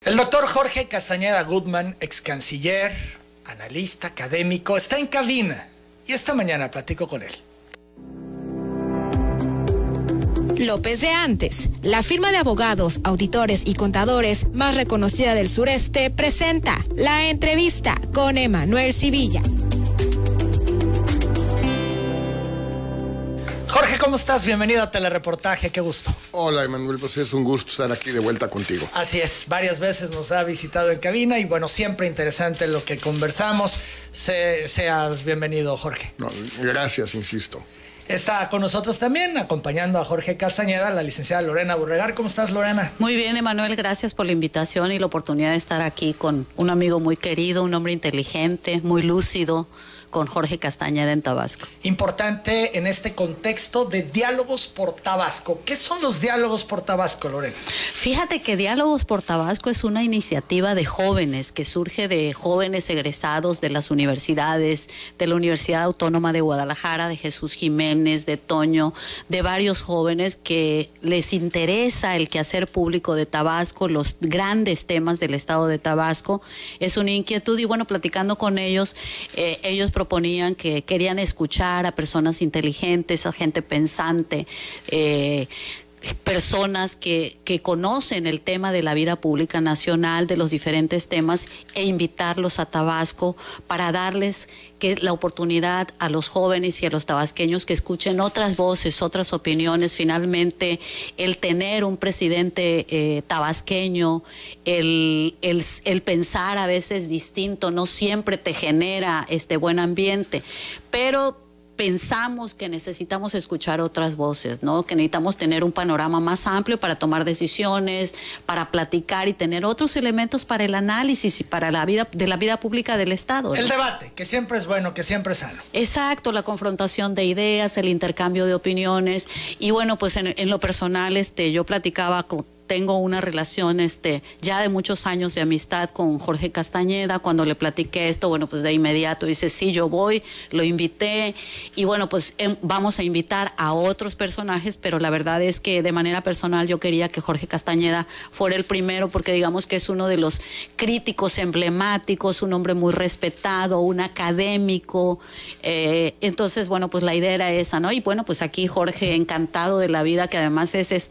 El doctor Jorge Castañeda Gutmann, ex canciller, analista, académico, está en cabina y esta mañana platico con él. López de Antes, la firma de abogados, auditores y contadores más reconocida del sureste, presenta la entrevista con Emanuel Civilla. Jorge, ¿cómo estás? Bienvenido a Telereportaje, qué gusto. Hola, Emanuel, pues es un gusto estar aquí de vuelta contigo. Así es, varias veces nos ha visitado en cabina y bueno, siempre interesante lo que conversamos. Seas bienvenido, Jorge. No, gracias, insisto. Está con nosotros también, acompañando a Jorge Castañeda, la licenciada Lorena Borregar. ¿Cómo estás, Lorena? Muy bien, Emanuel, gracias por la invitación y la oportunidad de estar aquí con un amigo muy querido, un hombre inteligente, muy lúcido, con Jorge Castañeda en Tabasco. Importante en este contexto de Diálogos por Tabasco. ¿Qué son los Diálogos por Tabasco, Lorena? Fíjate que Diálogos por Tabasco es una iniciativa de jóvenes que surge de jóvenes egresados de las universidades, de la Universidad Autónoma de Guadalajara, de Jesús Jiménez, de Toño, de varios jóvenes que les interesa el quehacer público de Tabasco, los grandes temas del estado de Tabasco. Es una inquietud y bueno, platicando con ellos, ellos proponían que querían escuchar a personas inteligentes, a gente pensante, personas que conocen el tema de la vida pública nacional, de los diferentes temas, e invitarlos a Tabasco para darles la oportunidad a los jóvenes y a los tabasqueños que escuchen otras voces, otras opiniones. Finalmente, el tener un presidente tabasqueño, el pensar a veces distinto, no siempre te genera buen ambiente, pero pensamos que necesitamos escuchar otras voces, ¿no? Que necesitamos tener un panorama más amplio para tomar decisiones, para platicar y tener otros elementos para el análisis y para la vida pública del Estado, ¿no? El debate, que siempre es bueno, que siempre es sano. Exacto, la confrontación de ideas, el intercambio de opiniones. Y bueno, pues en lo personal, yo platicaba tengo una relación ya de muchos años de amistad con Jorge Castañeda. Cuando le platiqué esto, bueno, pues de inmediato dice, sí, yo voy, lo invité y bueno, pues vamos a invitar a otros personajes, pero la verdad es que de manera personal yo quería que Jorge Castañeda fuera el primero porque digamos que es uno de los críticos emblemáticos, un hombre muy respetado, un académico, entonces bueno, pues la idea era esa, ¿no? Y bueno, pues aquí Jorge encantado de la vida, que además es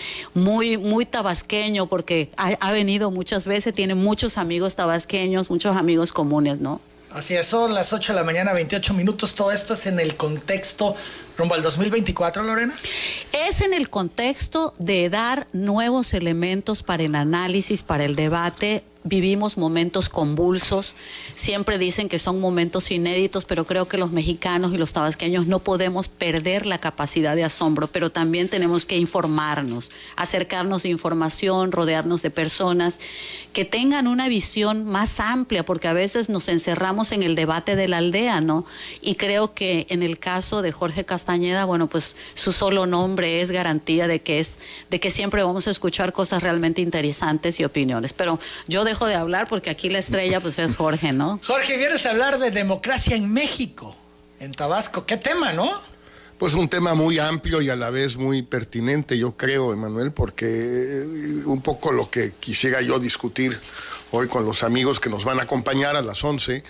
muy tabasqueño porque ha venido muchas veces, tiene muchos amigos tabasqueños, muchos amigos comunes, ¿no? Así es, son las 8 de la mañana, 28 minutos. Todo esto es en el contexto rumbo al 2024, Lorena. Es en el contexto de dar nuevos elementos para el análisis, para el debate. Vivimos momentos convulsos, siempre dicen que son momentos inéditos, pero creo que los mexicanos y los tabasqueños no podemos perder la capacidad de asombro, pero también tenemos que informarnos, acercarnos de información, rodearnos de personas que tengan una visión más amplia, porque a veces nos encerramos en el debate de la aldea, ¿no? Y creo que en el caso de Jorge Castañeda, bueno, pues su solo nombre es garantía de que siempre vamos a escuchar cosas realmente interesantes y opiniones, pero yo dejo de hablar porque aquí la estrella pues es Jorge, ¿no? Jorge, vienes a hablar de democracia en México, en Tabasco. ¿Qué tema, no? Pues un tema muy amplio y a la vez muy pertinente, yo creo, Emanuel, porque un poco lo que quisiera yo discutir hoy con los amigos que nos van a acompañar a las 11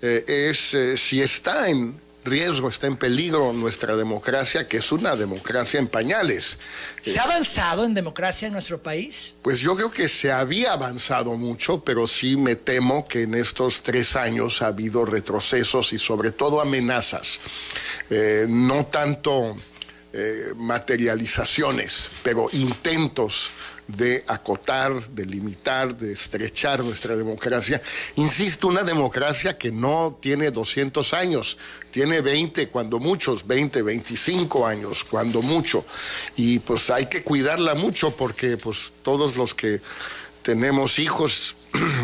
es si está en riesgo, está en peligro nuestra democracia, que es una democracia en pañales. ¿Se ha avanzado en democracia en nuestro país? Pues yo creo que se había avanzado mucho, pero sí me temo que en estos 3 años ha habido retrocesos y sobre todo amenazas. No tanto materializaciones, pero intentos de acotar, de limitar, de estrechar nuestra democracia. Insisto, una democracia que no tiene 200 años, tiene 20, cuando muchos, 20, 25 años, cuando mucho. Y pues hay que cuidarla mucho porque pues todos los que tenemos hijos,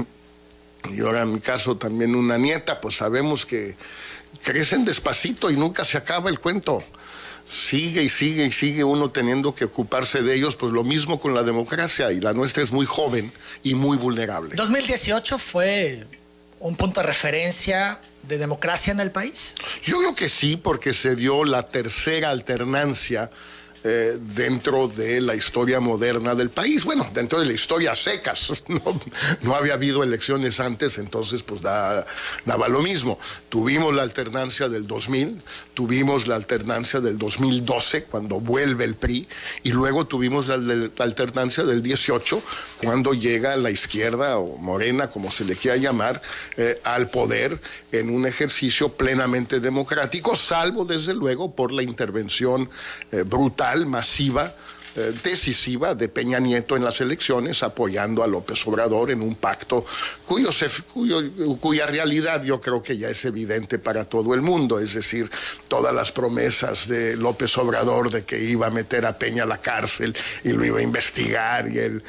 y ahora en mi caso también una nieta, pues sabemos que crecen despacito y nunca se acaba el cuento. Sigue y sigue y sigue uno teniendo que ocuparse de ellos, pues lo mismo con la democracia, y la nuestra es muy joven y muy vulnerable. 2018 fue un punto de referencia de democracia en el país. Yo creo que sí, porque se dio la tercera alternancia dentro de la historia moderna del país. Bueno, dentro de la historia secas. No había habido elecciones antes, entonces pues daba lo mismo. Tuvimos la alternancia del 2000, tuvimos la alternancia del 2012, cuando vuelve el PRI, y luego tuvimos la alternancia del 18, cuando llega la izquierda, o Morena, como se le quiera llamar, al poder en un ejercicio plenamente democrático, salvo desde luego por la intervención brutal, masiva, decisiva de Peña Nieto en las elecciones, apoyando a López Obrador en un pacto cuya realidad yo creo que ya es evidente para todo el mundo. Es decir, todas las promesas de López Obrador de que iba a meter a Peña a la cárcel y lo iba a investigar, y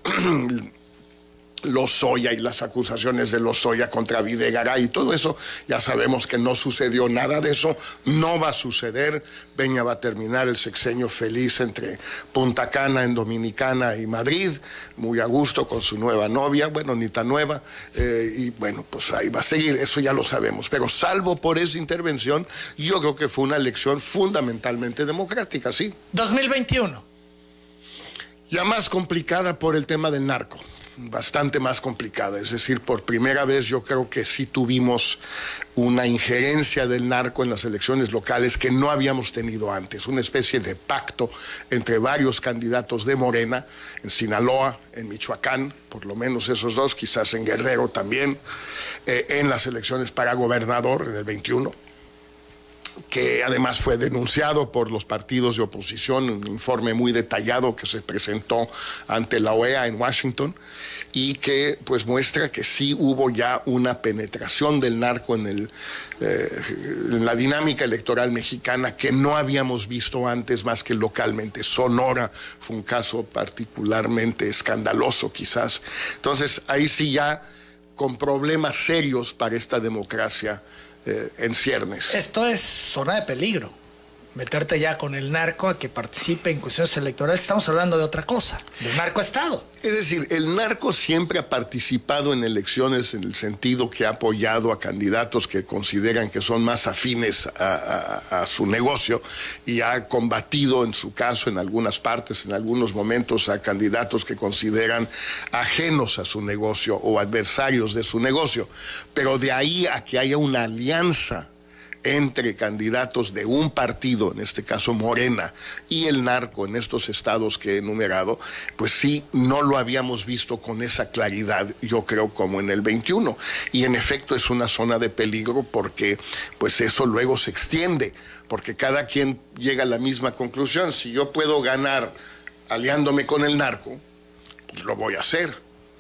Lozoya y las acusaciones de Lozoya contra Videgaray y todo eso, ya sabemos que no sucedió nada de eso, no va a suceder. Peña va a terminar el sexenio feliz entre Punta Cana en Dominicana y Madrid, muy a gusto con su nueva novia, bueno, ni tan nueva, y bueno, pues ahí va a seguir, eso ya lo sabemos. Pero salvo por esa intervención, yo creo que fue una elección fundamentalmente democrática, sí. 2021. Ya más complicada por el tema del narco. Bastante más complicada, es decir, por primera vez yo creo que sí tuvimos una injerencia del narco en las elecciones locales que no habíamos tenido antes, una especie de pacto entre varios candidatos de Morena, en Sinaloa, en Michoacán, por lo menos esos dos, quizás en Guerrero también, en las elecciones para gobernador en el 21, que además fue denunciado por los partidos de oposición, un informe muy detallado que se presentó ante la OEA en Washington, y que pues muestra que sí hubo ya una penetración del narco en la dinámica electoral mexicana que no habíamos visto antes más que localmente. Sonora fue un caso particularmente escandaloso quizás. Entonces ahí sí ya con problemas serios para esta democracia en ciernes. Esto es zona de peligro. Meterte ya con el narco a que participe en cuestiones electorales. Estamos hablando de otra cosa, del narcoestado. Es decir, el narco siempre ha participado en elecciones en el sentido que ha apoyado a candidatos que consideran que son más afines a su negocio, y ha combatido en su caso en algunas partes, en algunos momentos, a candidatos que consideran ajenos a su negocio o adversarios de su negocio. Pero de ahí a que haya una alianza entre candidatos de un partido, en este caso Morena, y el narco en estos estados que he enumerado, pues sí, no lo habíamos visto con esa claridad, yo creo, como en el 21. Y en efecto es una zona de peligro porque pues eso luego se extiende, porque cada quien llega a la misma conclusión. Si yo puedo ganar aliándome con el narco, pues lo voy a hacer.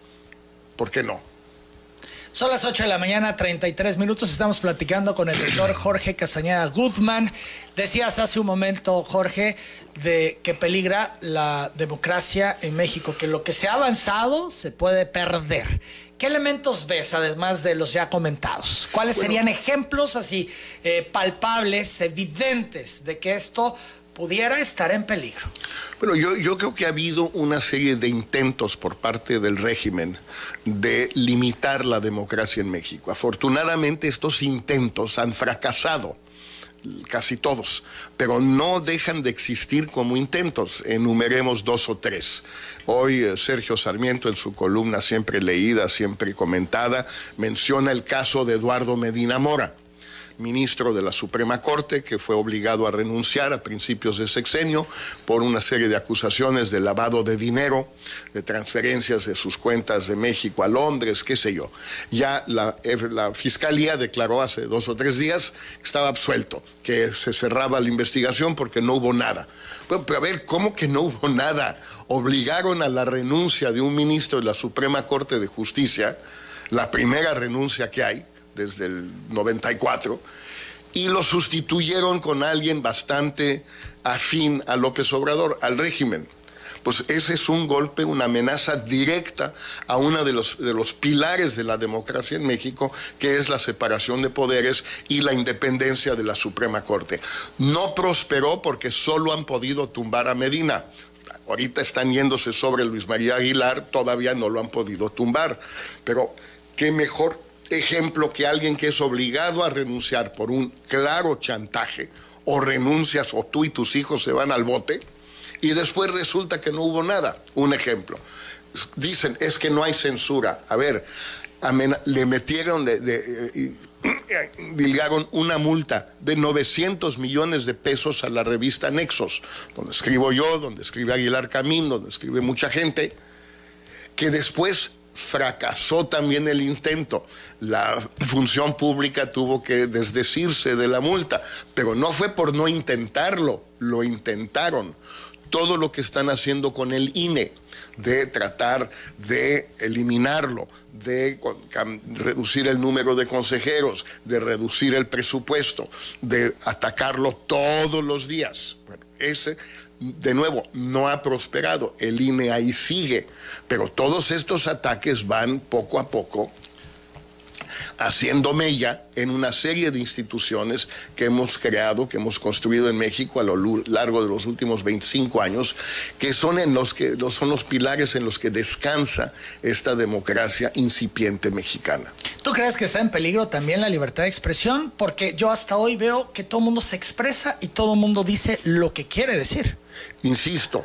¿Por qué no? Son las 8 de la mañana, 33 minutos. Estamos platicando con el doctor Jorge Castañeda Guzmán. Decías hace un momento, Jorge, de que peligra la democracia en México, que lo que se ha avanzado se puede perder. ¿Qué elementos ves, además de los ya comentados? ¿Cuáles serían ejemplos así palpables, evidentes, de que esto pudiera estar en peligro? Bueno, yo creo que ha habido una serie de intentos por parte del régimen de limitar la democracia en México. Afortunadamente estos intentos han fracasado, casi todos, pero no dejan de existir como intentos. Enumeremos 2 o 3. Hoy Sergio Sarmiento, en su columna siempre leída, siempre comentada, menciona el caso de Eduardo Medina Mora, ministro de la Suprema Corte, que fue obligado a renunciar a principios de sexenio por una serie de acusaciones de lavado de dinero, de transferencias de sus cuentas de México a Londres, qué sé yo. Ya la Fiscalía declaró hace 2 o 3 días que estaba absuelto, que se cerraba la investigación porque no hubo nada. Bueno, pero a ver, ¿cómo que no hubo nada? Obligaron a la renuncia de un ministro de la Suprema Corte de Justicia, la primera renuncia que hay desde el 94, y lo sustituyeron con alguien bastante afín a López Obrador, al régimen. Pues ese es un golpe, una amenaza directa a uno de los pilares de la democracia en México, que es la separación de poderes y la independencia de la Suprema Corte. No prosperó porque solo han podido tumbar a Medina. Ahorita están yéndose sobre Luis María Aguilar, todavía no lo han podido tumbar. Pero qué mejor ejemplo que alguien que es obligado a renunciar por un claro chantaje, o renuncias o tú y tus hijos se van al bote, y después resulta que no hubo nada. Un ejemplo, dicen, es que no hay censura. A ver, le metieron, dilgaron una multa de 900 millones de pesos a la revista Nexos, donde escribo yo, donde escribe Aguilar Camín, donde escribe mucha gente, que después fracasó también el intento. La función pública tuvo que desdecirse de la multa, pero no fue por no intentarlo, lo intentaron. Todo lo que están haciendo con el INE, de tratar de eliminarlo, de reducir el número de consejeros, de reducir el presupuesto, de atacarlo todos los días. Bueno, ese, de nuevo, no ha prosperado. El INE ahí sigue, pero todos estos ataques van poco a poco haciendo mella en una serie de instituciones que hemos creado, que hemos construido en México a lo largo de los últimos 25 años, que son los pilares en los que descansa esta democracia incipiente mexicana. ¿Tú crees que está en peligro también la libertad de expresión? Porque yo hasta hoy veo que todo el mundo se expresa y todo el mundo dice lo que quiere decir. Insisto,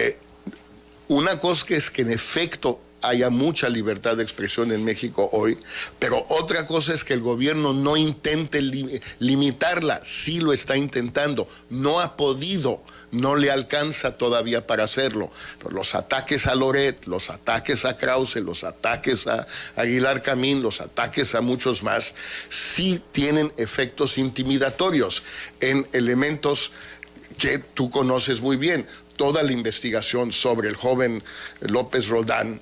una cosa que es que en efecto haya mucha libertad de expresión en México hoy, pero otra cosa es que el gobierno no intente limitarla. Sí lo está intentando, no ha podido, no le alcanza todavía para hacerlo. Pero los ataques a Loret, los ataques a Krause, los ataques a Aguilar Camín, los ataques a muchos más, sí tienen efectos intimidatorios en elementos que tú conoces muy bien. Toda la investigación sobre el joven López Roldán,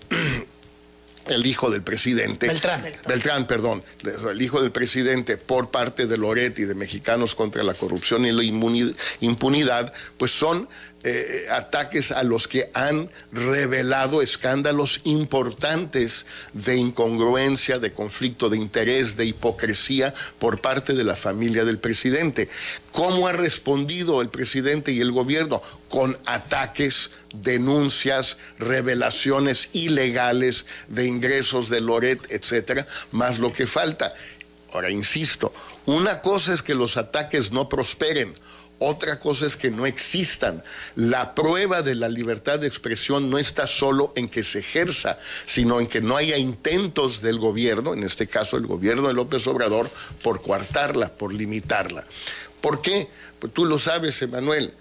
el hijo del presidente. Beltrán, perdón. El hijo del presidente por parte de Loret y de Mexicanos contra la Corrupción y la Impunidad, pues son ataques a los que han revelado escándalos importantes de incongruencia, de conflicto de interés, de hipocresía por parte de la familia del presidente. ¿Cómo ha respondido el presidente y el gobierno? Con ataques, denuncias, revelaciones ilegales de ingresos de Loret, etcétera, más lo que falta. Ahora, insisto, una cosa es que los ataques no prosperen, otra cosa es que no existan. La prueba de la libertad de expresión no está solo en que se ejerza, sino en que no haya intentos del gobierno, en este caso el gobierno de López Obrador, por coartarla, por limitarla. ¿Por qué? Pues tú lo sabes, Emanuel.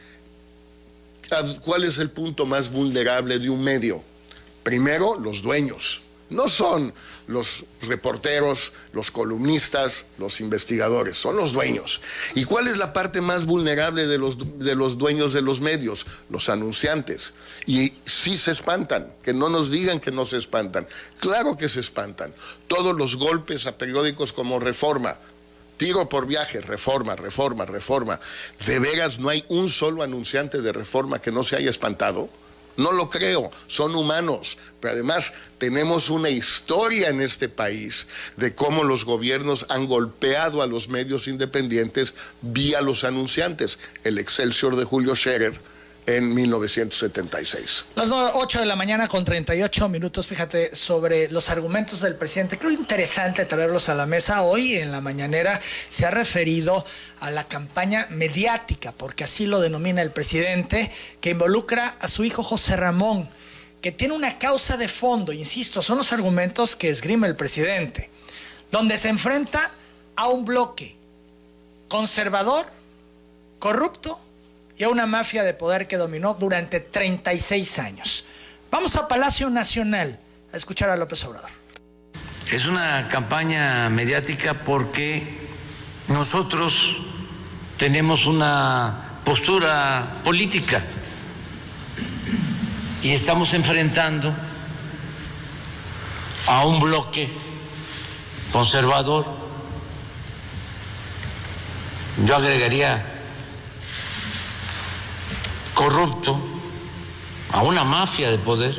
¿Cuál es el punto más vulnerable de un medio? Primero, los dueños. No son los reporteros, los columnistas, los investigadores, son los dueños. ¿Y cuál es la parte más vulnerable de los dueños de los medios? Los anunciantes. Y sí se espantan, que no nos digan que no se espantan. Claro que se espantan. Todos los golpes a periódicos como Reforma, tiro por viaje, Reforma, Reforma, Reforma. ¿De veras no hay un solo anunciante de Reforma que no se haya espantado? No lo creo, son humanos, pero además tenemos una historia en este país de cómo los gobiernos han golpeado a los medios independientes vía los anunciantes. El Excelsior de Julio Scherer en 1976. Las 8 de la mañana con 38 minutos, fíjate, sobre los argumentos del presidente. Creo interesante traerlos a la mesa. Hoy en la mañanera se ha referido a la campaña mediática, porque así lo denomina el presidente, que involucra a su hijo José Ramón, que tiene una causa de fondo, insisto, son los argumentos que esgrime el presidente, donde se enfrenta a un bloque conservador, corrupto, y a una mafia de poder que dominó durante 36 años. Vamos a Palacio Nacional a escuchar a López Obrador. Es una campaña mediática porque nosotros tenemos una postura política y estamos enfrentando a un bloque conservador. Yo agregaría corrupto, a una mafia de poder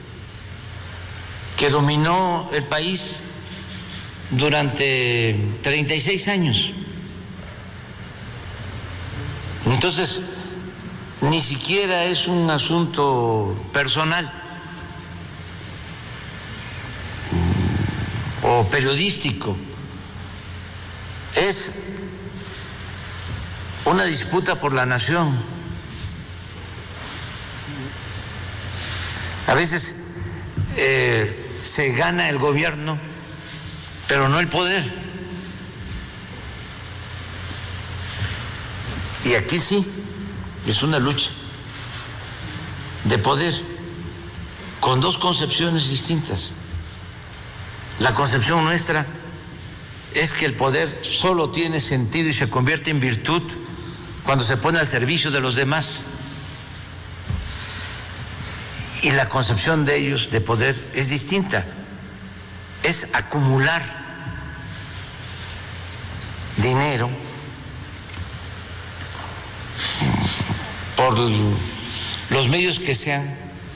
que dominó el país durante 36 años. Entonces, ni siquiera es un asunto personal o periodístico, es una disputa por la nación. A veces se gana el gobierno, pero no el poder. Y aquí sí, es una lucha de poder con dos concepciones distintas. La concepción nuestra es que el poder solo tiene sentido y se convierte en virtud cuando se pone al servicio de los demás. Y la concepción de ellos de poder es distinta, es acumular dinero por los medios que sean.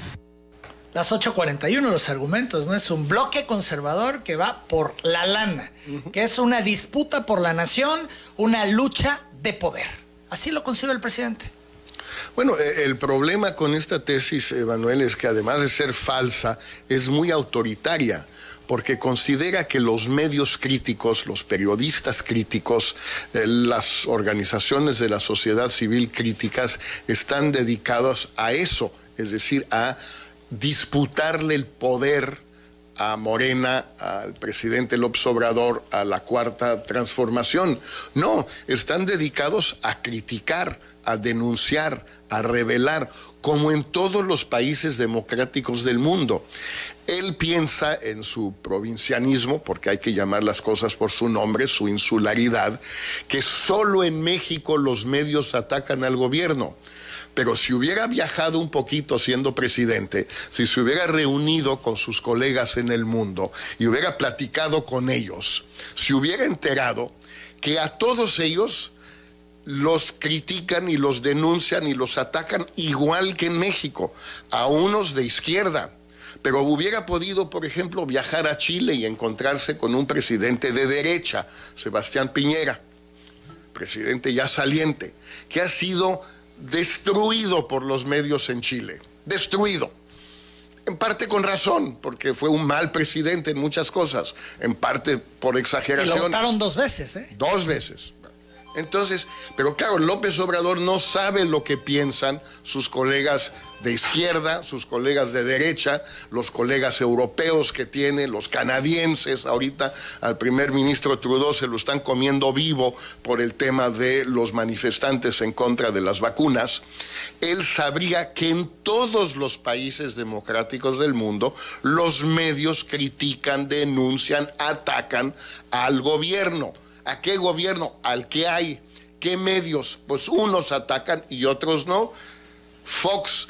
Las 8:41 los argumentos, ¿no? Es un bloque conservador que va por la lana, que es una disputa por la nación, una lucha de poder. Así lo concibe el presidente. Bueno, el problema con esta tesis, Manuel, es que además de ser falsa, es muy autoritaria, porque considera que los medios críticos, los periodistas críticos, las organizaciones de la sociedad civil críticas están dedicados a eso, es decir, a disputarle el poder a Morena, al presidente López Obrador, a la Cuarta Transformación. No, están dedicados a criticar, a denunciar, a revelar, como en todos los países democráticos del mundo. Él piensa en su provincianismo, porque hay que llamar las cosas por su nombre, su insularidad, que solo en México los medios atacan al gobierno. Pero si hubiera viajado un poquito siendo presidente, si se hubiera reunido con sus colegas en el mundo y hubiera platicado con ellos, se hubiera enterado que a todos ellos los critican y los denuncian y los atacan igual que en México, a unos de izquierda. Pero hubiera podido, por ejemplo, viajar a Chile y encontrarse con un presidente de derecha, Sebastián Piñera, presidente ya saliente, que ha sido destruido por los medios en Chile, destruido. En parte con razón, porque fue un mal presidente en muchas cosas, en parte por exageraciones. Y lo votaron 2 veces, ¿eh? 2 veces. Entonces, pero claro, López Obrador no sabe lo que piensan sus colegas de izquierda, sus colegas de derecha, los colegas europeos que tiene, los canadienses. Ahorita al primer ministro Trudeau se lo están comiendo vivo por el tema de los manifestantes en contra de las vacunas. Él sabría que en todos los países democráticos del mundo los medios critican, denuncian, atacan al gobierno. ¿A qué gobierno? Al que hay. ¿Qué medios? Pues unos atacan y otros no. Fox,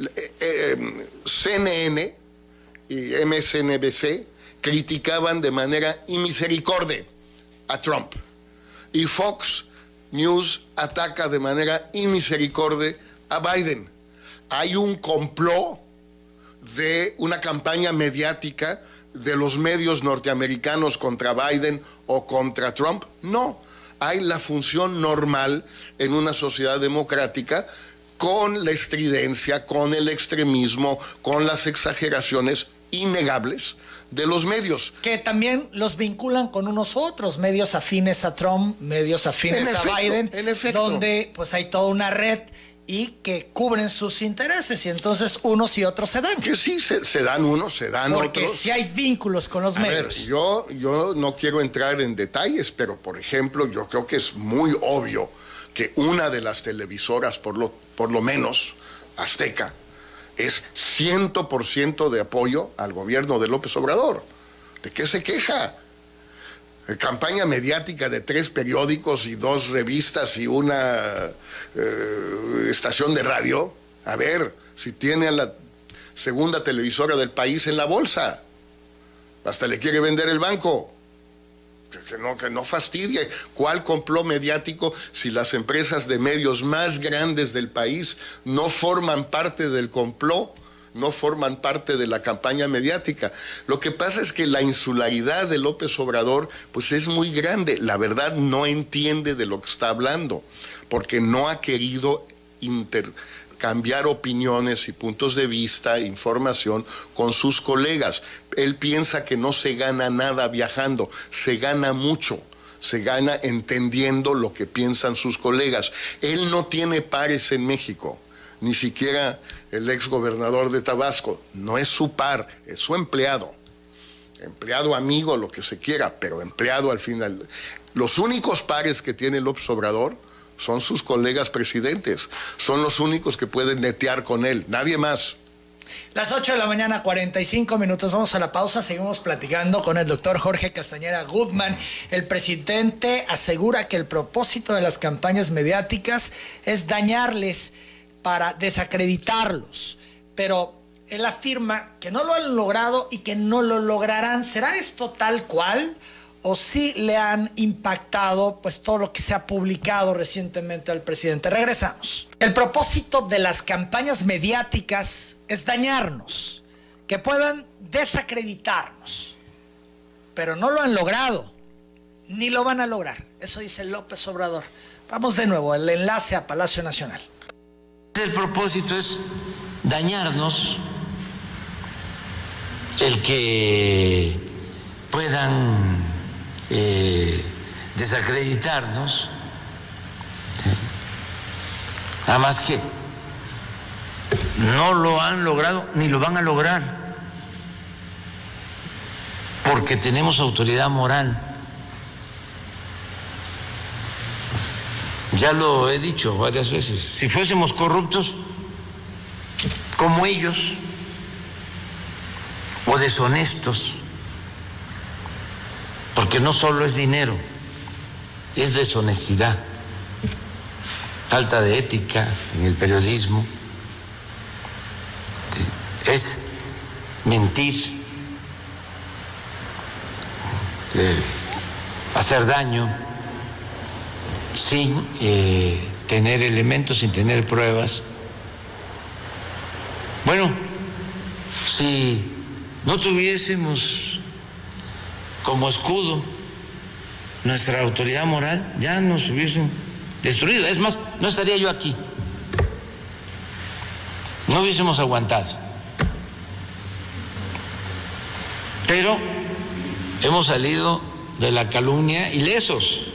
CNN y MSNBC criticaban de manera inmisericordia a Trump. Y Fox News ataca de manera inmisericordia a Biden. Hay un complot de una campaña mediática de los medios norteamericanos contra Biden o contra Trump. No, hay la función normal en una sociedad democrática, con la estridencia, con el extremismo, con las exageraciones innegables de los medios. Que también los vinculan con unos otros, medios afines a Trump, medios afines a Biden, donde pues hay toda una red y que cubren sus intereses, y entonces unos y otros se dan. Que sí, se dan unos, se dan porque otros. Porque sí hay vínculos con los medios. Ver, yo no quiero entrar en detalles, pero por ejemplo, yo creo que es muy obvio que una de las televisoras, por lo menos, Azteca, es 100% de apoyo al gobierno de López Obrador. ¿De qué se queja? Campaña mediática de 3 periódicos y 2 revistas y una estación de radio. A ver, si tiene a la segunda televisora del país en la bolsa, hasta le quiere vender el banco. Que no fastidie. ¿Cuál complot mediático si las empresas de medios más grandes del país no forman parte del complot? No forman parte de la campaña mediática. Lo que pasa es que la insularidad de López Obrador pues es muy grande. La verdad no entiende de lo que está hablando, porque no ha querido intercambiar opiniones y puntos de vista, información con sus colegas. Él piensa que no se gana nada viajando, se gana mucho. Se gana entendiendo lo que piensan sus colegas. Él no tiene pares en México. ni siquiera el ex gobernador de Tabasco. No es su par, es su empleado. Empleado, amigo, lo que se quiera, pero empleado al final. Los únicos pares que tiene López Obrador son sus colegas presidentes. Son los únicos que pueden netear con él, nadie más. Las 8 de la mañana, 45 minutos. Vamos a la pausa. Seguimos platicando con el doctor Jorge Castañeda Guzmán. El presidente asegura que el propósito de las campañas mediáticas es dañarles para desacreditarlos. Pero él afirma que no lo han logrado y que no lo lograrán. ¿Será esto tal cual? ¿O sí le han impactado pues todo lo que se ha publicado recientemente al presidente? Regresamos. El propósito de las campañas mediáticas es dañarnos, que puedan desacreditarnos, pero no lo han logrado, ni lo van a lograr. Eso dice López Obrador. Vamos de nuevo al enlace a Palacio Nacional. El propósito es dañarnos, el que puedan desacreditarnos, nada más que no lo han logrado ni lo van a lograr, porque tenemos autoridad moral. Ya lo he dicho varias veces, si fuésemos corruptos como ellos o deshonestos, porque no solo es dinero, es deshonestidad, falta de ética en el periodismo, es mentir, hacer daño sin tener elementos, sin tener pruebas. Bueno, si no tuviésemos como escudo nuestra autoridad moral, ya nos hubiesen destruido. Es más, no estaría yo aquí, no hubiésemos aguantado. Pero hemos salido de la calumnia ilesos.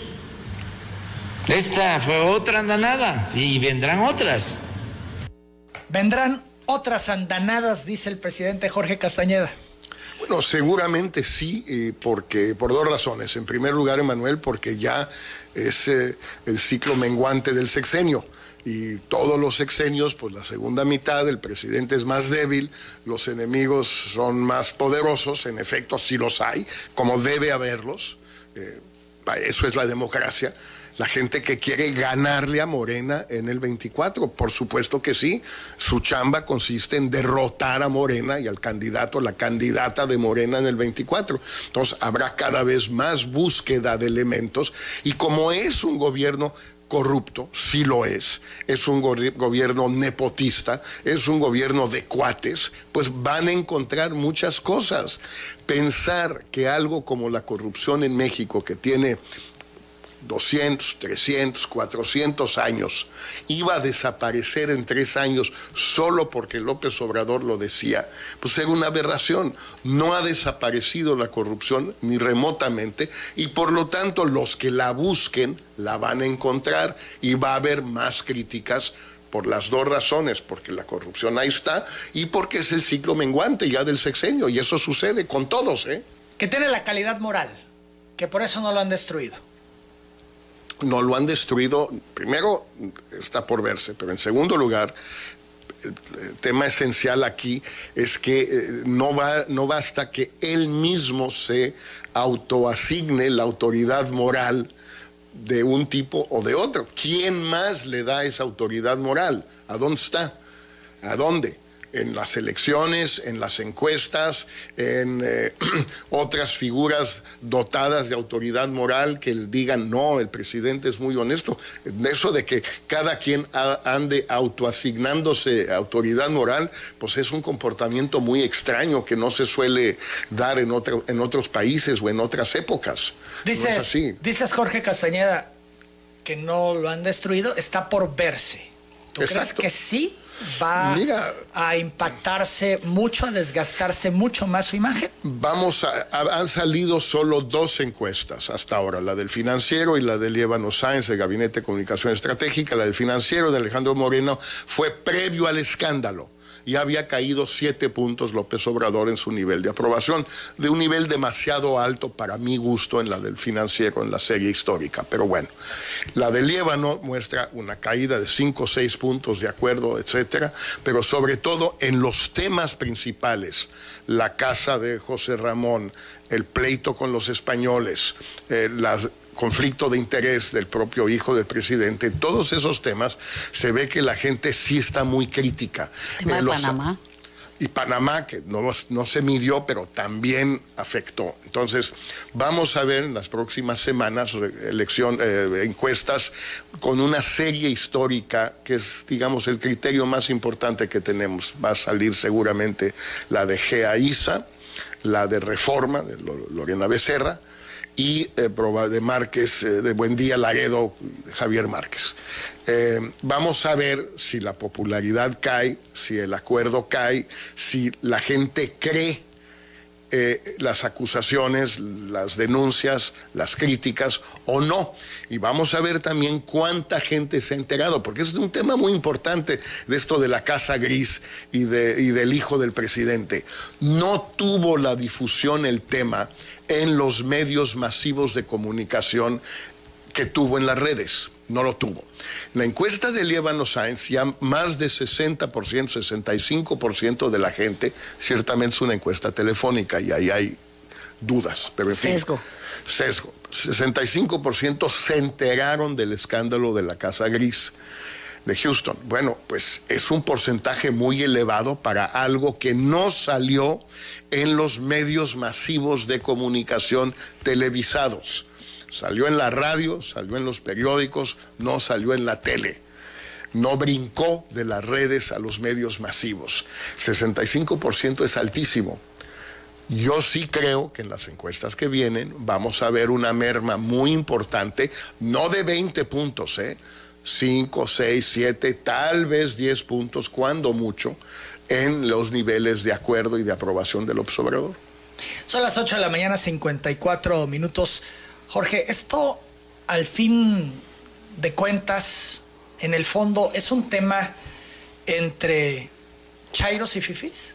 Esta fue otra andanada y vendrán otras. Vendrán otras andanadas, dice el presidente Jorge Castañeda. Bueno, seguramente sí, porque por dos razones. En primer lugar, Emanuel, porque ya es el ciclo menguante del sexenio. Y todos los sexenios, pues la segunda mitad, el presidente es más débil, los enemigos son más poderosos, en efecto sí los hay, como debe haberlos. Eso es la democracia. La gente que quiere ganarle a Morena en el 24, por supuesto que sí. Su chamba consiste en derrotar a Morena y al candidato, la candidata de Morena en el 24. Entonces habrá cada vez más búsqueda de elementos, y como es un gobierno corrupto, sí lo es un gobierno nepotista, es un gobierno de cuates, pues van a encontrar muchas cosas. Pensar que algo como la corrupción en México, que tiene 200, 300, 400 años, iba a desaparecer en 3 años solo porque López Obrador lo decía, pues era una aberración. No ha desaparecido la corrupción ni remotamente, y por lo tanto los que la busquen la van a encontrar, y va a haber más críticas por las dos razones, porque la corrupción ahí está y porque es el ciclo menguante ya del sexenio, y eso sucede con todos, Que tiene la calidad moral, que por eso no lo han destruido. No lo han destruido, primero está por verse, pero en segundo lugar, el tema esencial aquí es que no basta que él mismo se autoasigne la autoridad moral de un tipo o de otro. ¿Quién más le da esa autoridad moral? ¿A dónde está? ¿A dónde? En las elecciones, en las encuestas, en otras figuras dotadas de autoridad moral que digan, no, el presidente es muy honesto. Eso de que cada quien ande autoasignándose autoridad moral, pues es un comportamiento muy extraño que no se suele dar en otros países o en otras épocas. Dices, no es así. Dices, Jorge Castañeda, que no lo han destruido, está por verse. ¿Tú crees que sí? va a impactarse mucho, a desgastarse mucho más su imagen? Han salido solo 2 encuestas hasta ahora, la del Financiero y la de Líbano Sáenz, el Gabinete de Comunicación Estratégica. La del Financiero de Alejandro Moreno fue previo al escándalo. Ya había caído 7 puntos López Obrador en su nivel de aprobación, de un nivel demasiado alto para mi gusto en la del Financiero, en la serie histórica. Pero bueno, la de Líbano muestra una caída de 5 o 6 puntos de acuerdo, etcétera, pero sobre todo en los temas principales, la casa de José Ramón, el pleito con los españoles, conflicto de interés del propio hijo del presidente, todos esos temas, se ve que la gente sí está muy crítica. Panamá. Y Panamá, que no se midió, pero también afectó. Entonces, vamos a ver en las próximas semanas encuestas con una serie histórica, que es, digamos, el criterio más importante que tenemos. Va a salir seguramente la de Gea-Isa, la de Reforma, de Lorena Becerra, y de Márquez, de Buendía, Laredo, Javier Márquez. Vamos a ver si la popularidad cae, si el acuerdo cae, si la gente cree las acusaciones, las denuncias, las críticas o no. Y vamos a ver también cuánta gente se ha enterado, porque es un tema muy importante de esto de la Casa Gris y del hijo del presidente. No tuvo la difusión el tema en los medios masivos de comunicación que tuvo en las redes. No lo tuvo. La encuesta de Líbano Sáenz, ya más de 60%, 65% de la gente, ciertamente es una encuesta telefónica y ahí hay dudas, pero en fin. Sesgo. 65% se enteraron del escándalo de la Casa Gris de Houston. Bueno, pues es un porcentaje muy elevado para algo que no salió en los medios masivos de comunicación televisados. Salió en la radio, salió en los periódicos, no salió en la tele. No brincó de las redes a los medios masivos. 65% es altísimo. Yo sí creo que en las encuestas que vienen vamos a ver una merma muy importante, no de 20 puntos, 5, 6, 7, tal vez 10 puntos, cuando mucho, en los niveles de acuerdo y de aprobación del López Obrador. Son las 8 de la mañana, 54 minutos. Jorge, esto al fin de cuentas, en el fondo, ¿es un tema entre chairos y fifís?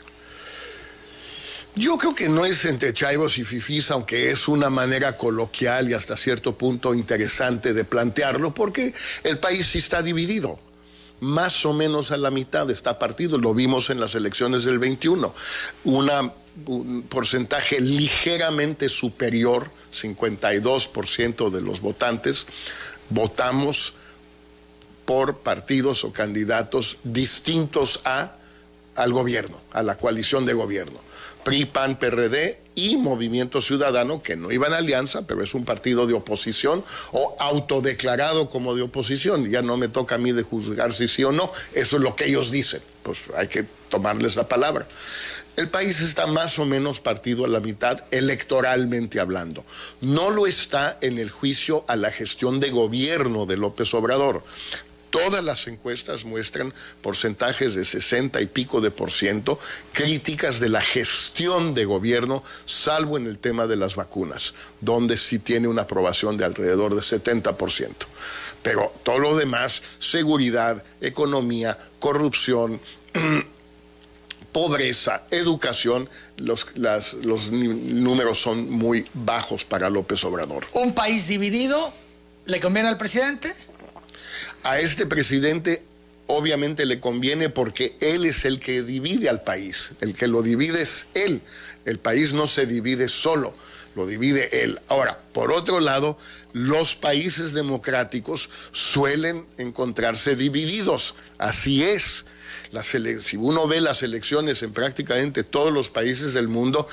Yo creo que no es entre chairos y fifís, aunque es una manera coloquial y hasta cierto punto interesante de plantearlo, porque el país sí está dividido. Más o menos a la mitad está partido, lo vimos en las elecciones del 21. Un porcentaje ligeramente superior, 52% de los votantes, votamos por partidos o candidatos distintos al gobierno, a la coalición de gobierno. PRI, PAN, PRD y Movimiento Ciudadano, que no iban a alianza, pero es un partido de oposición o autodeclarado como de oposición. Ya no me toca a mí de juzgar si sí o no, eso es lo que ellos dicen, pues hay que tomarles la palabra. El país está más o menos partido a la mitad, electoralmente hablando. No lo está en el juicio a la gestión de gobierno de López Obrador. Todas las encuestas muestran porcentajes de 60 y pico de % críticas de la gestión de gobierno, salvo en el tema de las vacunas, donde sí tiene una aprobación de alrededor de 70%. Pero todo lo demás, seguridad, economía, corrupción, pobreza, educación, los números son muy bajos para López Obrador. ¿Un país dividido le conviene al presidente? A este presidente obviamente le conviene porque él es el que divide al país. El que lo divide es él. El país no se divide solo, lo divide él. Ahora, por otro lado, los países democráticos suelen encontrarse divididos. Así es. Si uno ve las elecciones en prácticamente todos los países del mundo,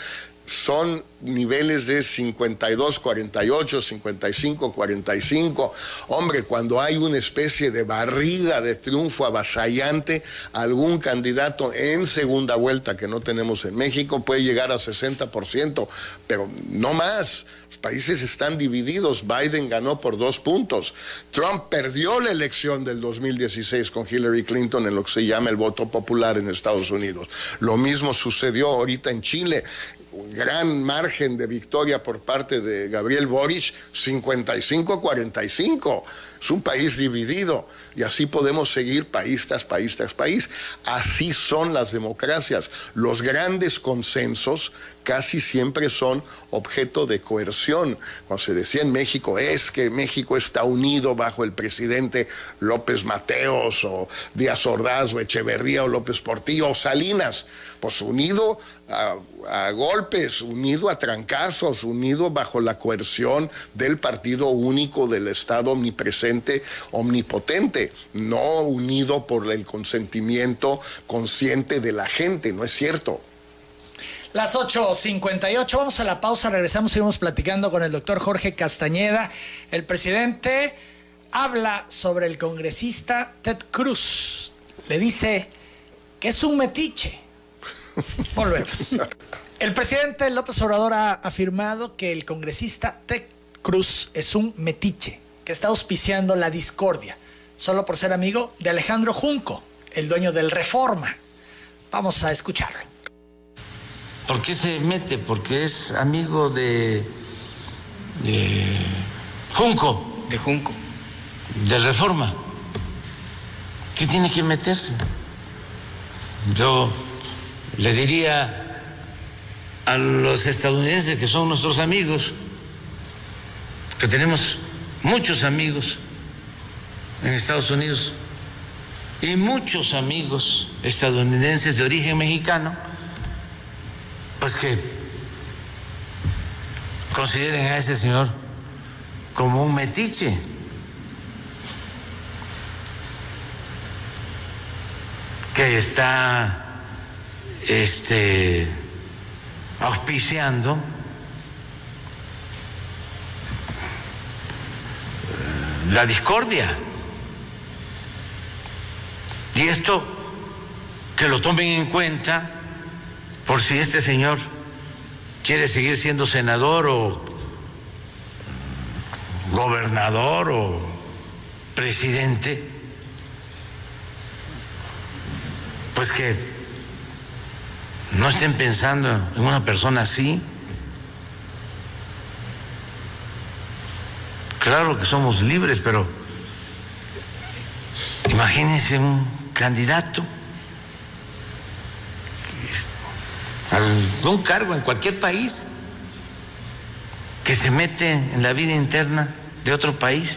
son niveles de 52-48, 55-45. Hombre, cuando hay una especie de barrida de triunfo avasallante, algún candidato en segunda vuelta que no tenemos en México puede llegar a 60%, pero no más. Los países están divididos. Biden ganó por 2 puntos. Trump perdió la elección del 2016 con Hillary Clinton en lo que se llama el voto popular en Estados Unidos. Lo mismo sucedió ahorita en Chile. Un gran margen de victoria por parte de Gabriel Boric, 55-45. Es un país dividido y así podemos seguir país tras país tras país. Así son las democracias. Los grandes consensos casi siempre son objeto de coerción. Cuando se decía en México, es que México está unido bajo el presidente López Mateos o Díaz Ordaz o Echeverría o López Portillo o Salinas, pues unido a golpes, unido a trancazos, unido bajo la coerción del partido único del Estado omnipresente, omnipotente, no unido por el consentimiento consciente de la gente, ¿no es cierto? Las 8:58, vamos a la pausa, regresamos, seguimos platicando con el doctor Jorge Castañeda. El presidente habla sobre el congresista Ted Cruz, le dice que es un metiche. Volvemos. El presidente López Obrador ha afirmado que el congresista Ted Cruz es un metiche, que está auspiciando la discordia, solo por ser amigo de Alejandro Junco, el dueño del Reforma. Vamos a escucharlo. ¿Por qué se mete? Porque es amigo de Junco. De Junco. Del Reforma. ¿Qué tiene que meterse? Yo le diría a los estadounidenses que son nuestros amigos, que tenemos muchos amigos en Estados Unidos y muchos amigos estadounidenses de origen mexicano, pues que consideren a ese señor como un metiche. Que está auspiciando la discordia. Y esto que lo tomen en cuenta por si este señor quiere seguir siendo senador o gobernador o presidente, pues que no estén pensando en una persona así. Claro que somos libres, pero imagínense un candidato a algún cargo en cualquier país que se mete en la vida interna de otro país.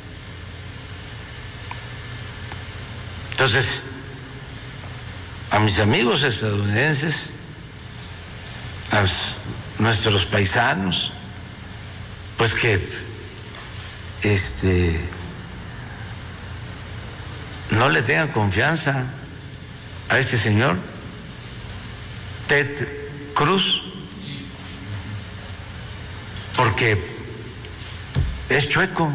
Entonces, a mis amigos estadounidenses, a nuestros paisanos, pues que no le tengan confianza a este señor Ted Cruz, porque es chueco.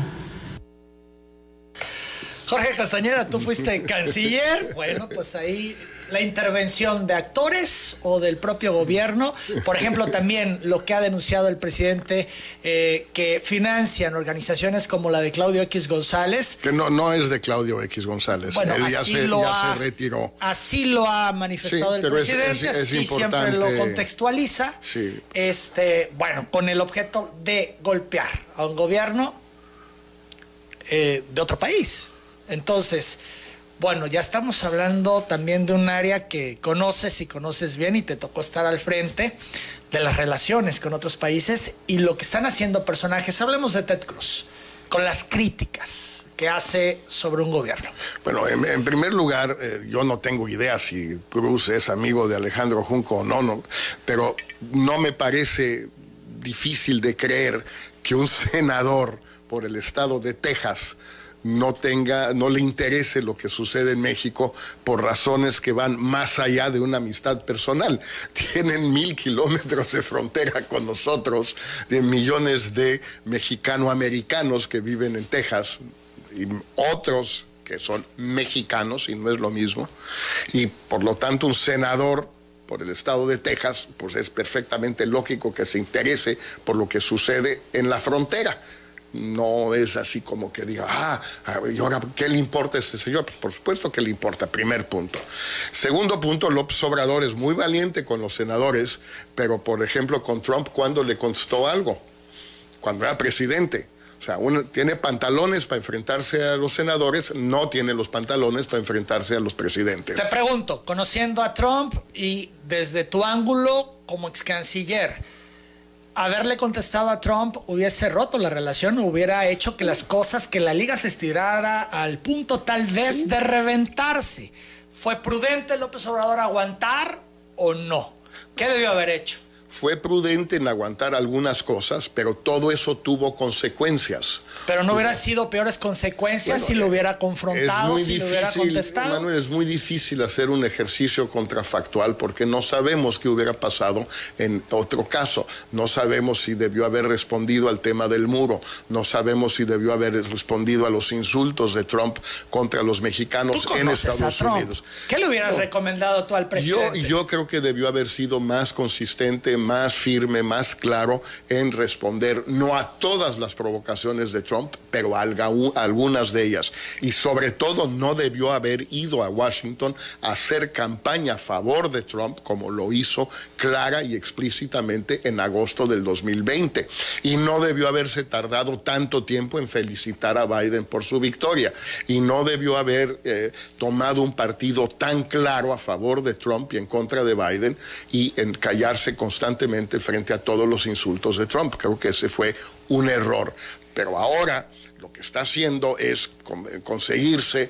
Jorge Castañeda, tú fuiste canciller. Bueno, pues ahí la intervención de actores o del propio gobierno. Por ejemplo, también lo que ha denunciado el presidente, que financian organizaciones como la de Claudio X González. Que no es de Claudio X González. Bueno, él ya se retiró. Así lo ha manifestado el presidente, así siempre lo contextualiza. Sí. Bueno, con el objeto de golpear a un gobierno de otro país. Entonces, bueno, ya estamos hablando también de un área que conoces y conoces bien, y te tocó estar al frente de las relaciones con otros países y lo que están haciendo personajes. Hablemos de Ted Cruz, con las críticas que hace sobre un gobierno. Bueno, en primer lugar, yo no tengo idea si Cruz es amigo de Alejandro Junco o no, pero no me parece difícil de creer que un senador por el estado de Texas no le interese lo que sucede en México por razones que van más allá de una amistad personal. Tienen 1000 kilómetros de frontera con nosotros, de millones de mexicanoamericanos que viven en Texas y otros que son mexicanos, y no es lo mismo, y por lo tanto un senador por el estado de Texas, pues es perfectamente lógico que se interese por lo que sucede en la frontera. No es así como que diga, ¿y ahora qué le importa a este señor? Pues por supuesto que le importa, primer punto. Segundo punto, López Obrador es muy valiente con los senadores, pero por ejemplo con Trump, ¿cuándo le contestó algo? Cuando era presidente. O sea, uno tiene pantalones para enfrentarse a los senadores, no tiene los pantalones para enfrentarse a los presidentes. Te pregunto, conociendo a Trump y desde tu ángulo como ex canciller, haberle contestado a Trump hubiese roto la relación, hubiera hecho que las cosas, que la liga se estirara al punto tal vez de reventarse. ¿Fue prudente López Obrador aguantar o no? ¿Qué debió haber hecho? Fue prudente en aguantar algunas cosas, pero todo eso tuvo consecuencias. Pero no hubiera sido peores consecuencias si lo hubiera confrontado, si lo hubiera contestado. Manuel, es muy difícil hacer un ejercicio contrafactual porque no sabemos qué hubiera pasado en otro caso. No sabemos si debió haber respondido al tema del muro. No sabemos si debió haber respondido a los insultos de Trump contra los mexicanos en Estados Unidos. ¿Qué le hubieras recomendado tú al presidente? Yo creo que debió haber sido más consistente, más firme, más claro en responder no a todas las provocaciones de Trump, pero a algunas de ellas. Y sobre todo no debió haber ido a Washington a hacer campaña a favor de Trump como lo hizo clara y explícitamente en agosto del 2020. Y no debió haberse tardado tanto tiempo en felicitar a Biden por su victoria. Y no debió haber tomado un partido tan claro a favor de Trump y en contra de Biden y en callarse constantemente frente a todos los insultos de Trump. Creo que ese fue un error. Pero ahora lo que está haciendo es conseguirse